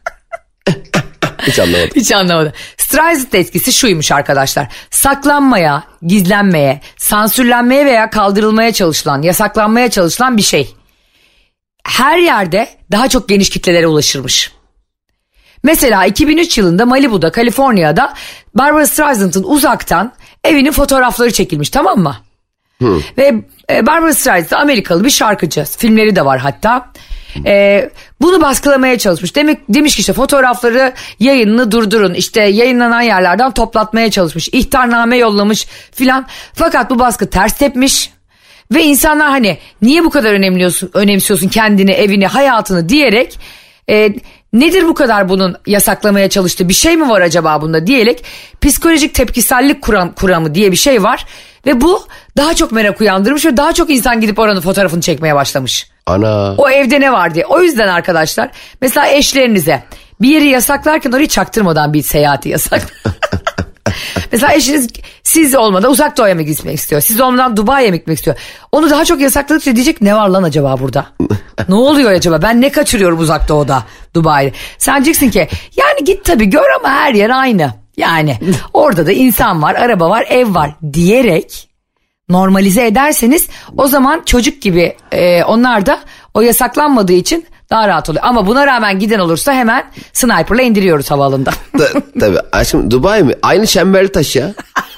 Hiç anlamadım. Streisand etkisi şuymuş arkadaşlar. Saklanmaya, gizlenmeye, sansürlenmeye veya kaldırılmaya çalışılan, yasaklanmaya çalışılan bir şey. Her yerde daha çok geniş kitlelere ulaşırmış. Mesela 2003 yılında Malibu'da, Kaliforniya'da Barbra Streisand'ın uzaktan evinin fotoğrafları çekilmiş, tamam mı? Ve Barbra Streisand Amerikalı bir şarkıcı. Filmleri de var hatta. Bunu baskılamaya çalışmış. Demiş ki işte fotoğrafları yayınını durdurun. İşte yayınlanan yerlerden toplatmaya çalışmış. İhtarname yollamış filan. Fakat bu baskı ters tepmiş. Ve insanlar hani niye bu kadar önemsiyorsun kendini, evini, hayatını diyerek nedir bu kadar bunun yasaklamaya çalıştığı, bir şey mi var acaba bunda diyerek psikolojik tepkisellik kuramı diye bir şey var. Ve bu daha çok merak uyandırmış ve daha çok insan gidip oranın fotoğrafını çekmeye başlamış. Ana. O evde ne var diye. O yüzden arkadaşlar mesela eşlerinize bir yeri yasaklarken orayı çaktırmadan bir seyahati yasak. Mesela eşiniz siz olmadan Uzak Doğu'ya mı gitmek istiyor? Siz olmadan Dubai'ye mi gitmek istiyor? Onu daha çok yasakladıkça diyecek ne var lan acaba burada? Ne oluyor acaba? Ben ne kaçırıyorum Uzak Doğu'da, Dubai'de? Sen diyeceksin ki yani git tabii gör ama her yer aynı. Yani orada da insan var, araba var, ev var diyerek normalize ederseniz o zaman çocuk gibi onlar da o yasaklanmadığı için daha rahat oluyor. Ama buna rağmen giden olursa hemen sniper'la indiriyoruz havaalanında. Tabii. Aşkım Dubai mi? Aynı Çemberli Taş ya.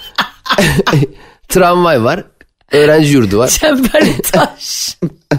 Tramvay var. Öğrenci yurdu var. Çemberli Taş.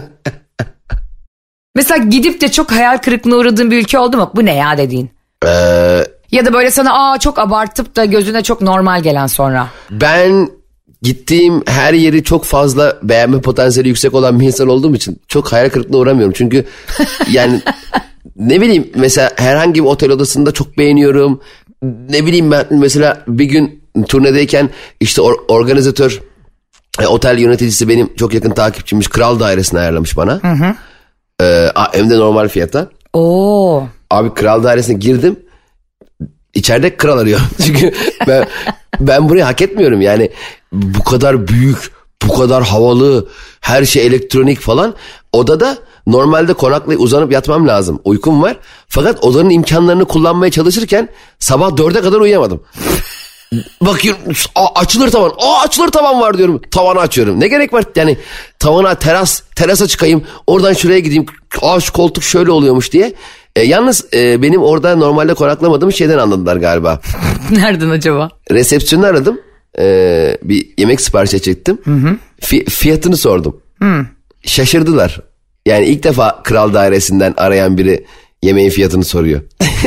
Mesela gidip de çok hayal kırıklığına uğradığın bir ülke oldu mu? Bu ne ya dediğin? Ya da böyle sana çok abartıp da gözüne çok normal gelen sonra. Ben gittiğim her yeri çok fazla beğenme potansiyeli yüksek olan bir insan olduğum için çok hayal kırıklığına uğramıyorum. Çünkü yani ne bileyim mesela herhangi bir otel odasında çok beğeniyorum. Ne bileyim ben mesela bir gün turnedeyken işte organizatör, otel yöneticisi benim çok yakın takipçimmiş, kral dairesini ayarlamış bana. Hem de normal fiyata. Oo. Abi kral dairesine girdim. İçeride kral arıyor. Çünkü ben burayı hak etmiyorum. Yani bu kadar büyük, bu kadar havalı, her şey elektronik falan. Odada normalde konaklayıp uzanıp yatmam lazım. Uykum var. Fakat odanın imkanlarını kullanmaya çalışırken sabah 4'e kadar uyuyamadım. Bakıyorum açılır tavan. Açılır tavan var diyorum. Tavanı açıyorum. Ne gerek var yani tavana, terasa çıkayım. Oradan şuraya gideyim. Şu koltuk şöyle oluyormuş diye. Yalnız benim orada normalde konaklamadığım şeyden anladılar galiba. Nereden acaba? Resepsiyonu aradım. Bir yemek sipariş edecektim. Fiyatını sordum. Şaşırdılar. Yani ilk defa kral dairesinden arayan biri yemeğin fiyatını soruyor.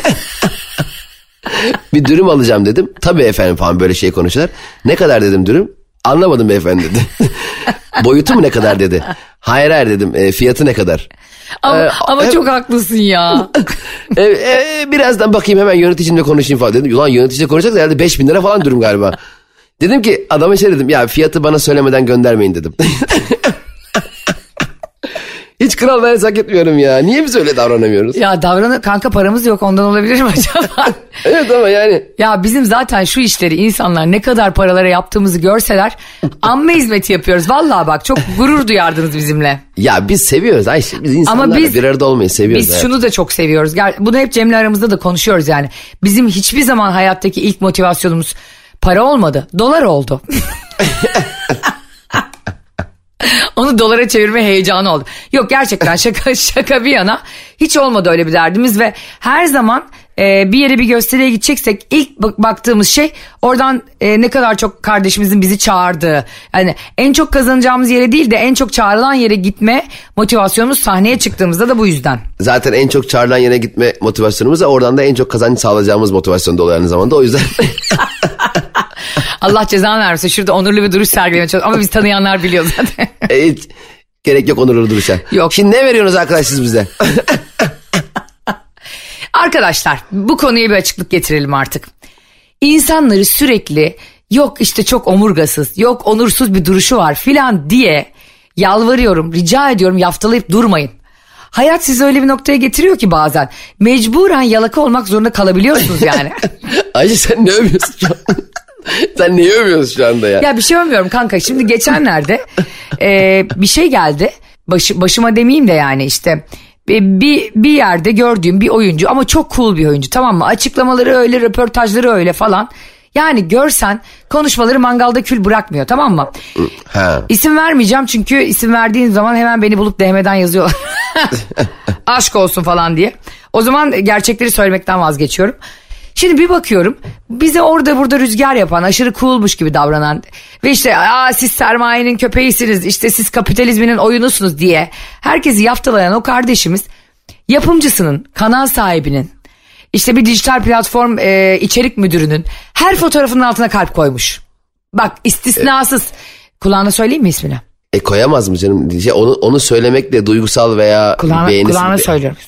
Bir dürüm alacağım dedim. Tabii efendim falan böyle şey konuşuyorlar. Ne kadar dedim dürüm? Anlamadım beyefendi dedi. Boyutu mu ne kadar dedi. Hayır dedim. Fiyatı ne kadar? Ama çok haklısın ya. Birazdan bakayım hemen yöneticimle konuşayım falan dedim. Ulan yöneticiyle konuşacaksa herhalde 5.000 lira falan dürüm galiba. Dedim ki adama şey dedim. Ya fiyatı bana söylemeden göndermeyin dedim. Hiç kral dairesi hak etmiyorum ya. Niye biz öyle davranamıyoruz? Ya kanka paramız yok ondan olabilir mi acaba? Evet ama yani. Ya bizim zaten şu işleri insanlar ne kadar paralara yaptığımızı görseler amme hizmeti yapıyoruz. Vallahi bak çok gurur duyardınız bizimle. Ya biz seviyoruz Ayşe. Biz insanlarla bir arada olmayı seviyoruz. Biz şunu da çok seviyoruz. Bunu hep Cem'le aramızda da konuşuyoruz yani. Bizim hiçbir zaman hayattaki ilk motivasyonumuz para olmadı. Dolar oldu. Onu dolara çevirme heyecanı oldu. Yok gerçekten şaka bir yana hiç olmadı öyle bir derdimiz ve her zaman bir yere bir gösteriye gideceksek ilk baktığımız şey oradan ne kadar çok kardeşimizin bizi çağırdığı. Yani en çok kazanacağımız yere değil de en çok çağrılan yere gitme motivasyonumuz sahneye çıktığımızda da bu yüzden. Zaten en çok çağrılan yere gitme motivasyonumuz da oradan da en çok kazanç sağlayacağımız motivasyon da oluyor aynı zamanda o yüzden. Allah cezanı versin şurada onurlu bir duruş sergilemeye çalışıyorum ama biz tanıyanlar biliyor zaten. Hiç gerek yok onurlu duruşa. Yok. Şimdi ne veriyorsunuz arkadaş siz bize? Arkadaşlar bu konuya bir açıklık getirelim artık. İnsanları sürekli yok işte çok omurgasız, yok onursuz bir duruşu var filan diye yalvarıyorum, rica ediyorum yaftalayıp durmayın. Hayat sizi öyle bir noktaya getiriyor ki bazen mecburen yalaka olmak zorunda kalabiliyorsunuz yani. Ayşe sen ne övüyorsun şu an? Sen neyi övüyorsun şu anda ya? Ya bir şey övmüyorum kanka. Şimdi geçenlerde bir şey geldi. Başıma demeyeyim de yani işte bir yerde gördüğüm bir oyuncu ama çok cool bir oyuncu tamam mı? Açıklamaları öyle, röportajları öyle falan. Yani görsen konuşmaları mangalda kül bırakmıyor tamam mı? Ha. İsim vermeyeceğim çünkü isim verdiğin zaman hemen beni bulup DM'den yazıyorlar. Aşk olsun falan diye. O zaman gerçekleri söylemekten vazgeçiyorum. Şimdi bir bakıyorum bize orada burada rüzgar yapan aşırı coolmuş gibi davranan ve işte siz sermayenin köpeğisiniz işte siz kapitalizminin oyunusunuz diye herkesi yaftalayan o kardeşimiz yapımcısının, kanal sahibinin, işte bir dijital platform içerik müdürünün her fotoğrafının altına kalp koymuş. Bak istisnasız. Kulağına söyleyeyim mi ismini? Koyamaz mı canım? Onu söylemekle duygusal veya beğenisi. Kulağına söylüyorum.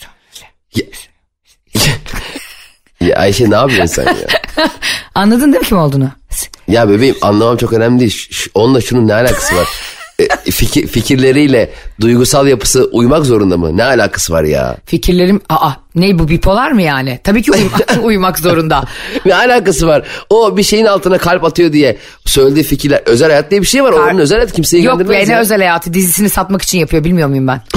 Ya Ayşe ne yapıyorsun sen ya? Anladın değil mi kim olduğunu? Ya bebeğim anlamam çok önemli değil. Onunla şunun ne alakası var? Fikirleriyle duygusal yapısı uymak zorunda mı? Ne alakası var ya? Fikirlerim ne bu bipolar mı yani? Tabii ki uyumak zorunda. Ne alakası var? O bir şeyin altına kalp atıyor diye söylediği fikirler. Özel hayat diye bir şey var. Onun özel hayatı kimseyi ilgilendirmez. Yok be ne özel hayatı dizisini satmak için yapıyor bilmiyor muyum ben?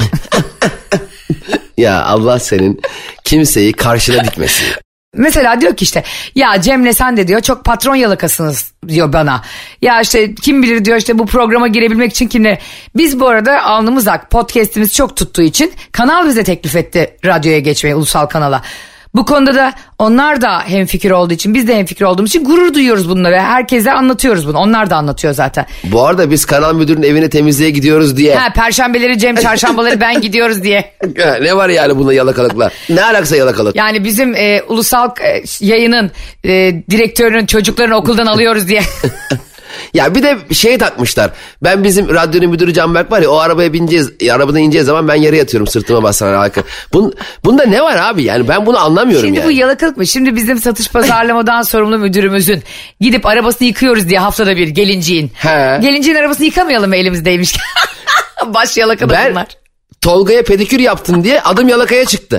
Ya Allah senin kimseyi karşına dikmesin. Mesela diyor ki işte ya Cem'le sen de diyor çok patron yalakasınız diyor bana. Ya işte kim bilir diyor işte bu programa girebilmek için kimle. Biz bu arada alnımız ak podcast'imiz çok tuttuğu için kanal bize teklif etti radyoya geçmeyi ulusal kanala. Bu konuda da onlar da hemfikir olduğu için biz de hemfikir olduğumuz için gurur duyuyoruz bununla ve herkese anlatıyoruz bunu. Onlar da anlatıyor zaten. Bu arada biz kanal müdürünün evine temizliğe gidiyoruz diye. Perşembeleri Cem, çarşambaları ben gidiyoruz diye. Ne var yani bunda yalakalıkla? Ne alakası yalakalık? Yani bizim ulusal yayının direktörünün çocuklarını okuldan alıyoruz diye. Ya bir de şey takmışlar. Ben bizim radyonun müdürü Canberk var ya, o arabaya bineceğiz. Arabadan ineceğiz zaman ben yere yatıyorum sırtıma basarak arka. Bunda ne var abi? Yani ben bunu anlamıyorum. Şimdi yani. Bu yalakalık mı? Şimdi bizim satış pazarlamadan sorumlu müdürümüzün gidip arabasını yıkıyoruz diye haftada bir gelinciğin. He. Gelinciğin arabasını yıkamayalım mı elimizdeymiş? Baş yalaka da bunlar. Tolga'ya pedikür yaptın diye adım yalakaya çıktı.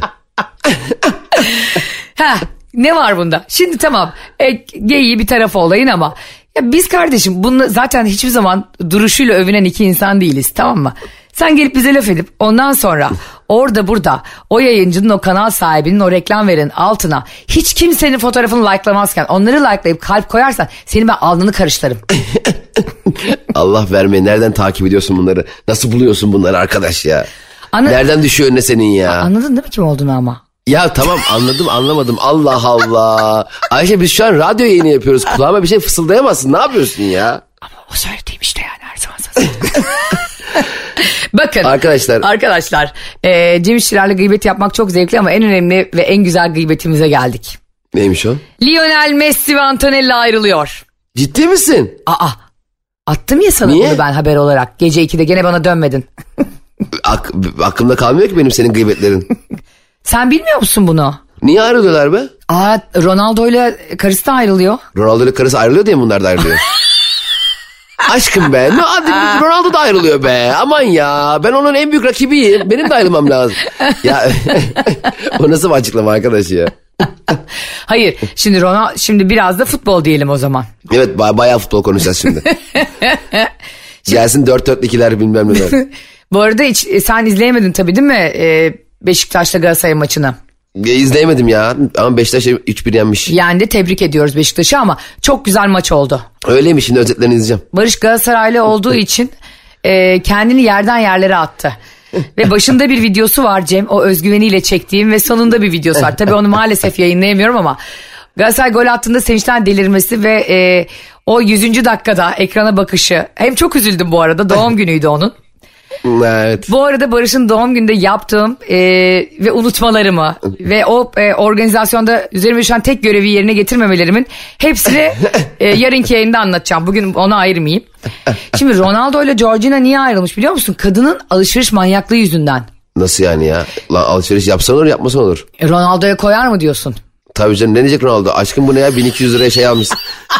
Ha, ne var bunda? Şimdi tamam geyiği bir tarafa olayın ama ya biz kardeşim bunu zaten hiçbir zaman duruşuyla övünen iki insan değiliz, tamam mı? Sen gelip bize laf edip ondan sonra orada burada o yayıncının, o kanal sahibinin, o reklam verenin altına hiç kimsenin fotoğrafını like'lamazken onları like'layıp kalp koyarsan senin ben alnını karışlarım. Allah vermeyin, nereden takip ediyorsun bunları? Nasıl buluyorsun bunları arkadaş ya? Nereden düşüyor önüne senin ya? Anladın değil mi kim olduğunu ama? Ya tamam anladım anlamadım, Allah Allah. Ayşe biz şu an radyo yayını yapıyoruz, kulağıma bir şey fısıldayamazsın, ne yapıyorsun ya? Ama o söylediğim işte yani her zaman sözüm. Bakın arkadaşlar Cem İşçilerle gıybet yapmak çok zevkli ama en önemli ve en güzel gıybetimize geldik. Neymiş o? Lionel Messi ve Antonella ayrılıyor. Ciddi misin? Attım ya sana bunu ben haber olarak. Gece 2'de gene bana dönmedin. Aklımda kalmıyor ki benim senin gıybetlerin. Sen bilmiyor musun bunu? Niye ayrılıyorlar be? Ronaldo ile karısı da ayrılıyor. Ronaldo ile karısı ayrılıyor diye mi bunlar da ayrılıyor? Aşkım be. Ronaldo da ayrılıyor be. Aman ya. Ben onun en büyük rakibiyim. Benim de ayrılmam lazım. Ya o nasıl bir açıklama arkadaş ya? Hayır. Şimdi biraz da futbol diyelim o zaman. Evet bayağı futbol konuşacağız şimdi. Gelsin 4-4-2'ler bilmem neler. Bu arada sen izleyemedin tabii değil mi? Beşiktaş'la Galatasaray maçını. İzleyemedim ya ama Beşiktaş 3-1 yenmiş. Yani de tebrik ediyoruz Beşiktaş'ı ama çok güzel maç oldu. Öyleymiş, şimdi özetlerini izleyeceğim. Barış Galatasaraylı olduğu için kendini yerden yerlere attı. Ve başında bir videosu var Cem, o özgüveniyle çektiğim, ve sonunda bir videosu var. Tabii onu maalesef yayınlayamıyorum ama Galatasaray gol attığında sevinçten delirmesi ve o 100. dakikada ekrana bakışı. Hem çok üzüldüm bu arada, doğum günüydü onun. Evet. Bu arada Barış'ın doğum gününde yaptığım ve unutmalarımı ve o organizasyonda üzerime düşen tek görevi yerine getirmemelerimin hepsini yarınki yayında anlatacağım. Bugün ona ayırmayayım. Şimdi Ronaldo ile Georgina niye ayrılmış biliyor musun? Kadının alışveriş manyaklığı yüzünden. Nasıl yani ya? Lan alışveriş yapsan olur, yapmasan olur. Ronaldo'ya koyar mı diyorsun? Tabii canım, ne diyecek Ronaldo? Aşkım bu ne ya, 1200 liraya şey almışsın.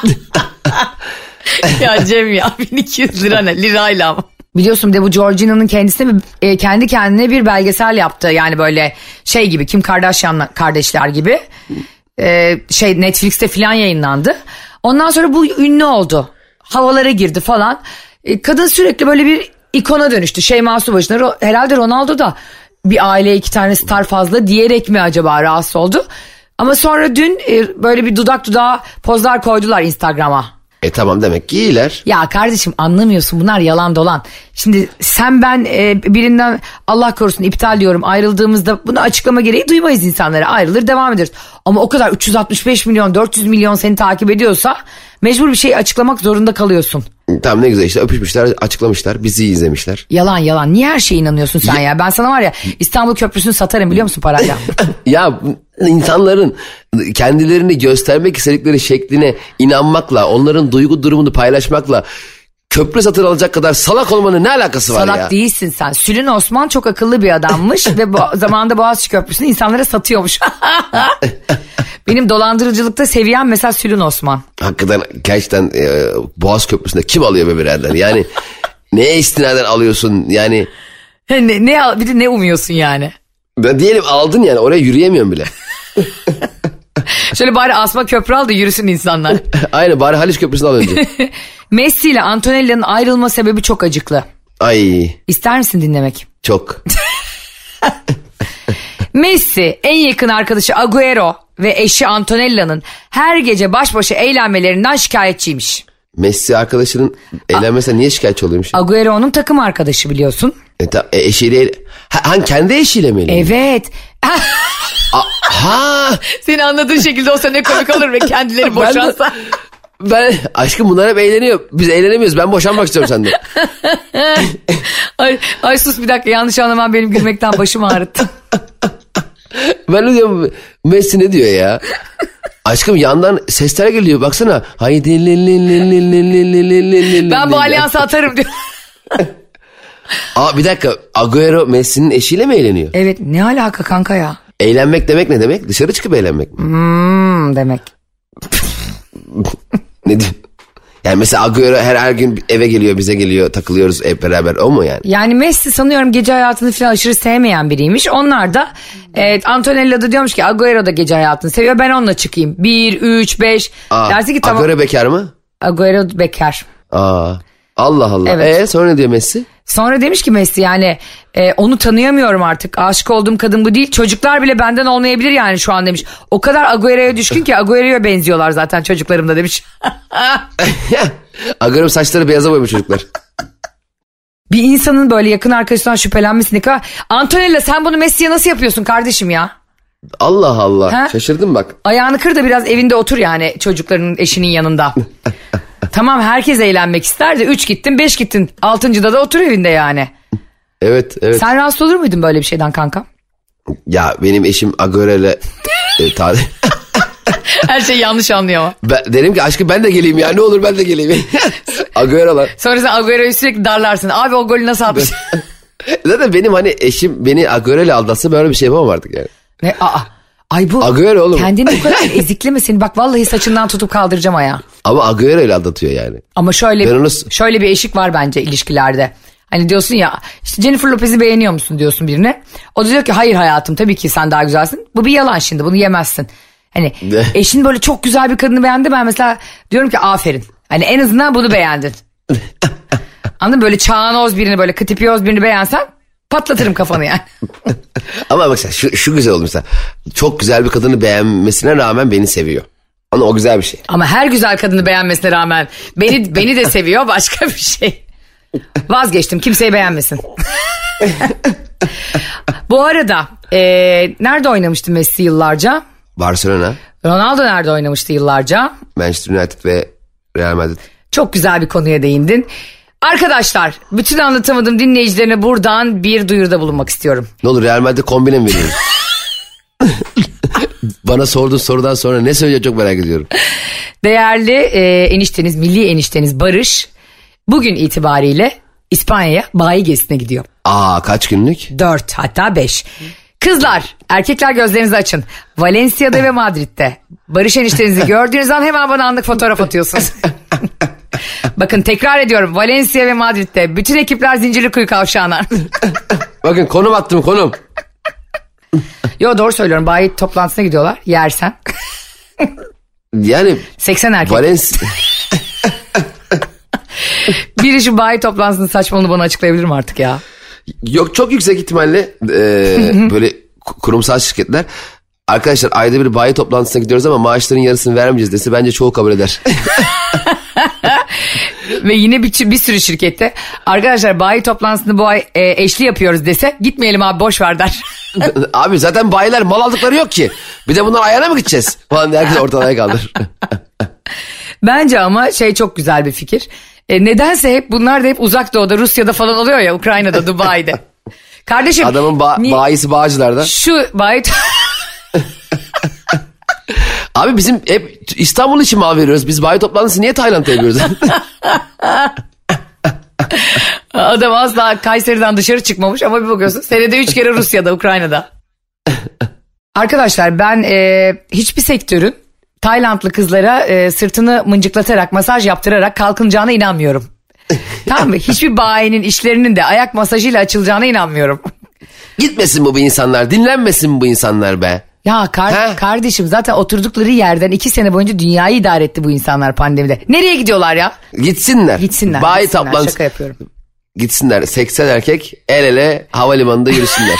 Ya Cem ya, 1200 lira ne? Lirayla ama. Biliyorsun de bu Georgina'nın kendisi kendi kendine bir belgesel yaptı. Yani böyle şey gibi, Kim Kardashian kardeşler gibi. Netflix'te falan yayınlandı. Ondan sonra bu ünlü oldu. Havalara girdi falan. Kadın sürekli böyle bir ikona dönüştü. Şeyma Subaşı'na herhalde Ronaldo da bir aileye 2 tane star fazla diyerek mi acaba rahatsız oldu? Ama sonra dün böyle bir dudak dudağa pozlar koydular Instagram'a. Tamam, demek ki iyiler. Ya kardeşim anlamıyorsun, bunlar yalan dolan. Şimdi sen ben birinden Allah korusun iptal diyorum ayrıldığımızda bunu açıklama gereği duymayız, insanlara ayrılır devam ederiz. Ama o kadar 365 milyon 400 milyon seni takip ediyorsa mecbur bir şey açıklamak zorunda kalıyorsun. Tamam, ne güzel işte, öpüşmüşler, açıklamışlar, bizi izlemişler. Yalan niye her şeye inanıyorsun sen ya? Ben sana var ya İstanbul Köprüsü'nü satarım biliyor musun parayla? Ya insanların kendilerini göstermek istedikleri şekline inanmakla, onların duygu durumunu paylaşmakla köprü satın alacak kadar salak olmanın ne alakası var ya? Salak değilsin sen. Sülün Osman çok akıllı bir adammış ve zamanında Boğaziçi Köprüsü'nü insanlara satıyormuş. Benim dolandırıcılıkta seviyem mesela Sülün Osman. Hakikaten gerçekten Boğaz Köprüsü'nde kim alıyor be birader? Yani neye istinaden alıyorsun yani? Bir de ne umuyorsun yani? Diyelim aldın yani, oraya yürüyemiyorum bile. Şöyle bari asma köprü al da yürüsün insanlar. Aynen, bari Haliç Köprüsü'nü al önce. Messi ile Antonella'nın ayrılma sebebi çok acıklı. Ay. İster misin dinlemek? Çok. Messi en yakın arkadaşı Agüero ve eşi Antonella'nın her gece baş başa eğlenmelerinden şikayetçiymiş. Messi arkadaşının eğlenmesine niye şikayetçi oluyormuş? Agüero onun takım arkadaşı biliyorsun. Eşiyle... kendi eşiyle mi eğleniyor? Evet. Seni anladığın şekilde olsa ne komik olur ve kendileri boşansa. Aşkım bunlar hep eğleniyor. Biz eğlenemiyoruz. Ben boşanmak istiyorum senden. Ay sus bir dakika, yanlış anlamam, benim gülmekten başım ağrıttı. Ben de diyorum Messi ne diyor ya? Aşkım yandan sesler geliyor baksana. Haydi Ben bu alyansı atarım diyor. Bir dakika, Agüero Messi'nin eşiyle mi eğleniyor? Evet, ne alaka kanka ya? Eğlenmek demek ne demek? Dışarı çıkıp eğlenmek mi? Demek. Ne diyor? Yani mesela Agüero her gün eve geliyor, bize geliyor, takılıyoruz hep beraber, o mu yani? Yani Messi sanıyorum gece hayatını falan aşırı sevmeyen biriymiş. Onlar da Antonella da diyormuş ki Agüero da gece hayatını seviyor, ben onunla çıkayım. 1, 3, 5. Dersi ki tamam. Agüero bekar mı? Agüero bekar. Allah Allah. Evet. Sonra ne diyor Messi? Sonra demiş ki Messi yani onu tanıyamıyorum artık. Aşık olduğum kadın bu değil. Çocuklar bile benden olmayabilir yani şu an demiş. O kadar Agüero'ya düşkün ki Agüero'ya benziyorlar zaten çocuklarım da demiş. Agüero saçları beyaza boyamış çocuklar. Bir insanın böyle yakın arkadaşından şüphelenmesi ne kadar... Antonella sen bunu Messi'ye nasıl yapıyorsun kardeşim ya? Allah Allah. Şaşırdım bak. Ayağını kır da biraz evinde otur yani çocukların eşinin yanında. Tamam, herkes eğlenmek ister de 3 gittin 5 gittin 6.'da da otur evinde yani. Evet. Sen rahatsız olur muydun böyle bir şeyden kanka? Ya benim eşim Agüero'yla Her şeyi yanlış anlıyor ama. Derim ki aşkım ben de geleyim ya, ne olur ben de geleyim. Agüero'lar. Sonra sen Agüero'yu sürekli darlarsın. Abi o golü nasıl atmış? Zaten benim hani eşim beni Agüero'yla aldatsa böyle bir şey yapamam artık yani. Ne? Ay bu Agüero oğlum. Kendini bu kadar ezikleme seni. Bak vallahi saçından tutup kaldıracağım ayağı. Ama Agüero'yla aldatıyor yani. Ama şöyle bir eşik var bence ilişkilerde. Hani diyorsun ya işte Jennifer Lopez'i beğeniyor musun diyorsun birine. O da diyor ki hayır hayatım tabii ki sen daha güzelsin. Bu bir yalan şimdi, bunu yemezsin. Hani eşin böyle çok güzel bir kadını beğendi, ben mesela diyorum ki aferin. Hani en azından bunu beğendin. Anladın mı? Böyle çağanoz birini, böyle kıtipiyoz birini beğensen patlatırım kafanı yani. Ama bak şu güzel oldu mesela. Çok güzel bir kadını beğenmesine rağmen beni seviyor. Ama o güzel bir şey. Ama her güzel kadını beğenmesine rağmen beni de seviyor, başka bir şey. Vazgeçtim, kimseyi beğenmesin. Bu arada nerede oynamıştı Messi yıllarca? Barcelona. Ronaldo nerede oynamıştı yıllarca? Manchester United ve Real Madrid. Çok güzel bir konuya değindin. Arkadaşlar, bütün anlatamadım dinleyicilerine buradan bir duyuruda bulunmak istiyorum. Ne olur Real Madrid kombine mi veriyoruz? Bana sorduğun sorudan sonra ne söyleyecek çok merak ediyorum. Değerli enişteniz, milli enişteniz Barış bugün itibariyle İspanya'ya bayi gezisine gidiyor. Kaç günlük? 4 hatta 5. Kızlar, erkekler gözlerinizi açın. Valencia'da ve Madrid'de Barış eniştenizi gördüğünüz an hemen bana anlık fotoğraf atıyorsunuz. Bakın tekrar ediyorum, Valencia ve Madrid'de bütün ekipler Zincirlikuyu kavşağına. Bakın konum attım, konum. Yo doğru söylüyorum, bayi toplantısına gidiyorlar yersen. Yani 80 erkek. Valencia. Biri şu bayi toplantısının saçmalığını bana açıklayabilir mi artık ya? Yok, çok yüksek ihtimalle böyle kurumsal şirketler, arkadaşlar ayda bir bayi toplantısına gidiyoruz ama maaşların yarısını vermeyeceğiz dese bence çoğu kabul eder. Ve yine bir sürü şirkette arkadaşlar bayi toplantısını bu ay eşli yapıyoruz dese gitmeyelim abi boş ver der. Abi zaten bayiler mal aldıkları yok ki. Bir de bunlar ayağına mı gideceğiz? Falan herkes ortalığa kaldır. Bence ama çok güzel bir fikir. Nedense hep bunlar da hep uzak doğuda, Rusya'da falan oluyor ya, Ukrayna'da, Dubai'de. Kardeşim. Adamın bayisi Bağcılar'da. Şu bayi... Abi bizim hep İstanbul için mal veriyoruz. Biz bayi toplantısı niye Tayland'da yapıyoruz? Adam asla Kayseri'den dışarı çıkmamış ama bir bakıyorsun senede 3 kere Rusya'da, Ukrayna'da. Arkadaşlar ben hiçbir sektörün Taylandlı kızlara sırtını mıncıklatarak, masaj yaptırarak kalkınacağına inanmıyorum. Tamam mı? Hiçbir bayinin işlerinin de ayak masajıyla açılacağına inanmıyorum. Gitmesin bu insanlar, dinlenmesin bu insanlar be. Ya kardeşim zaten oturdukları yerden 2 sene boyunca dünyayı idare etti bu insanlar pandemide. Nereye gidiyorlar ya? Gitsinler. Bayi toplantısı. Şaka yapıyorum. Gitsinler 80 erkek el ele havalimanında yürüsünler.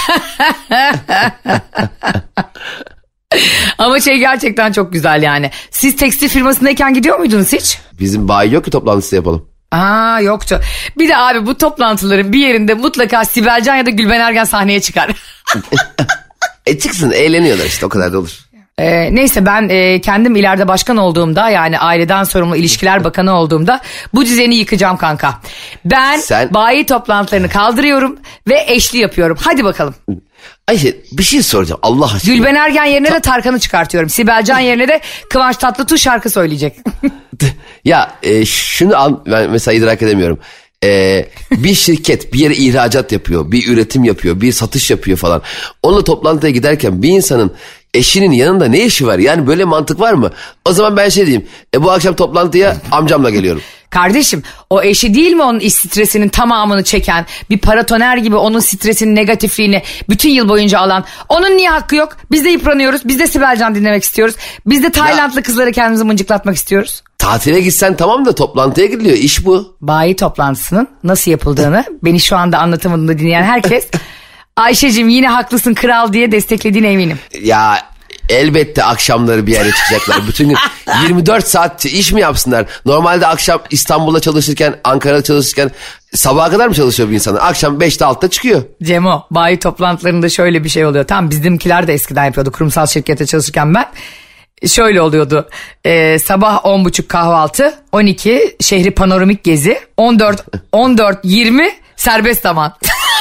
Ama gerçekten çok güzel yani. Siz tekstil firmasındayken gidiyor muydunuz hiç? Bizim bayi yok ki toplantısı yapalım. Yoktu. Bir de abi bu toplantıların bir yerinde mutlaka Sibel Can ya da Gülben Ergen sahneye çıkar. Çıksın, eğleniyorlar işte, o kadar da olur. Neyse ben kendim ileride başkan olduğumda, yani aileden sorumlu ilişkiler bakanı olduğumda bu düzeni yıkacağım kanka. Ben bayi toplantılarını kaldırıyorum ve eşli yapıyorum. Hadi bakalım. Ayşe bir şey soracağım Allah aşkına. Gülben Ergen yerine de Tarkan'ı çıkartıyorum. Sibel Can yerine de Kıvanç Tatlıtuğ şarkı söyleyecek. Ya şunu ben mesela idrak edemiyorum. Bir şirket bir yere ihracat yapıyor, bir üretim yapıyor, bir satış yapıyor falan. Onunla toplantıya giderken bir insanın eşinin yanında ne işi var? Yani böyle mantık var mı? O zaman ben şey diyeyim. Bu akşam toplantıya amcamla geliyorum. Kardeşim o eşi değil mi onun iş stresinin tamamını çeken, bir paratoner gibi onun stresinin negatifliğini bütün yıl boyunca alan, onun niye hakkı yok? Biz de yıpranıyoruz, biz de Sibel Can dinlemek istiyoruz, biz de Taylandlı kızları kendimizi mıncıklatmak istiyoruz. Tatile gitsen tamam da toplantıya gidiliyor, iş bu. Bayi toplantısının nasıl yapıldığını beni şu anda anlatamadığında dinleyen herkes Ayşe'cim yine haklısın kral diye desteklediğine eminim. Ya elbette akşamları bir yere çıkacaklar. Bütün gün 24 saat iş mi yapsınlar? Normalde akşam İstanbul'da çalışırken, Ankara'da çalışırken sabaha kadar mı çalışıyor bir insanlar? Akşam 5'te 6'da çıkıyor. Cemo, bayi toplantılarında şöyle bir şey oluyor. Tamam, bizimkiler de eskiden yapıyordu kurumsal şirkette çalışırken ben. Şöyle oluyordu. Sabah 10.30 kahvaltı, 12 şehri panoramik gezi, 14-20 serbest zaman.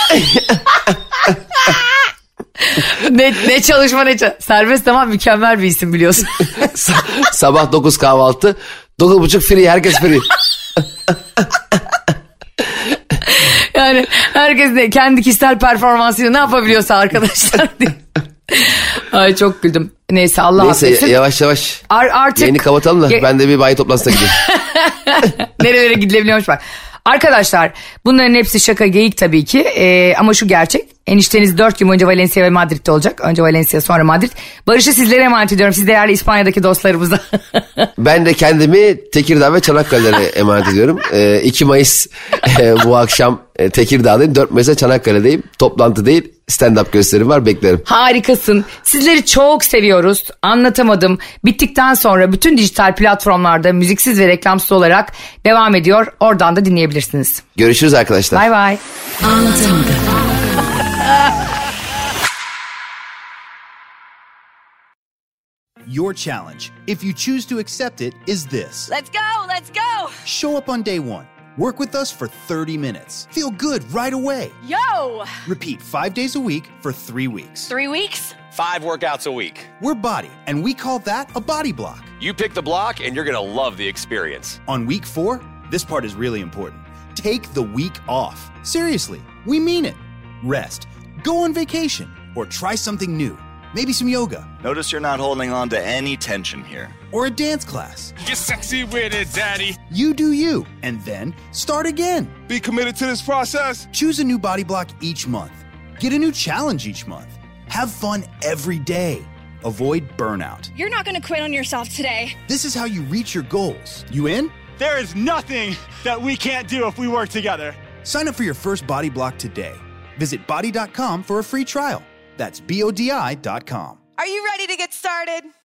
ne çalışma serbest zaman mükemmel bir isim biliyorsun. Sabah 9 kahvaltı, 9.30 free, herkes free. Yani herkes de kendi kişisel performansıyla ne yapabiliyorsa arkadaşlar diye. Ay çok güldüm. Neyse Allah affetsin. Neyse yavaş yavaş artık yayını kapatalım da ben de bir bayi toplantısına gideyim. Nerelere gidilebiliyormuş bak. Arkadaşlar bunların hepsi şaka geyik tabii ki ama şu gerçek. Enişteniz 4 gün boyunca Valencia ve Madrid'de olacak. Önce Valencia sonra Madrid. Barış'ı sizlere emanet ediyorum. Siz değerli İspanya'daki dostlarımıza. Ben de kendimi Tekirdağ ve Çanakkale'lere emanet ediyorum. 2 Mayıs bu akşam Tekirdağ'dayım. 4 Mayıs'ta Çanakkale'deyim. Toplantı değil, stand-up gösterim var, beklerim. Harikasın. Sizleri çok seviyoruz. Anlatamadım. Bittikten sonra bütün dijital platformlarda müziksiz ve reklamsız olarak devam ediyor. Oradan da dinleyebilirsiniz. Görüşürüz arkadaşlar. Bay bay. Anlatamadım. Your challenge, if you choose to accept it, is this. Let's go! Show up on day 1. Work with us for 30 minutes. Feel good right away. Yo! Repeat 5 days a week for 3 weeks. 3 weeks? 5 workouts a week. We're Body, and we call that a body block. You pick the block, and you're going to love the experience. On week 4, this part is really important. Take the week off. Seriously, we mean it. Rest, go on vacation, or try something new. Maybe some yoga. Notice you're not holding on to any tension here. Or a dance class. Get sexy with it, daddy. You do you, and then start again. Be committed to this process. Choose a new body block each month. Get a new challenge each month. Have fun every day. Avoid burnout. You're not going to quit on yourself today. This is how you reach your goals. You in? There is nothing that we can't do if we work together. Sign up for your first body block today. Visit body.com for a free trial. That's BODI.com. Are you ready to get started?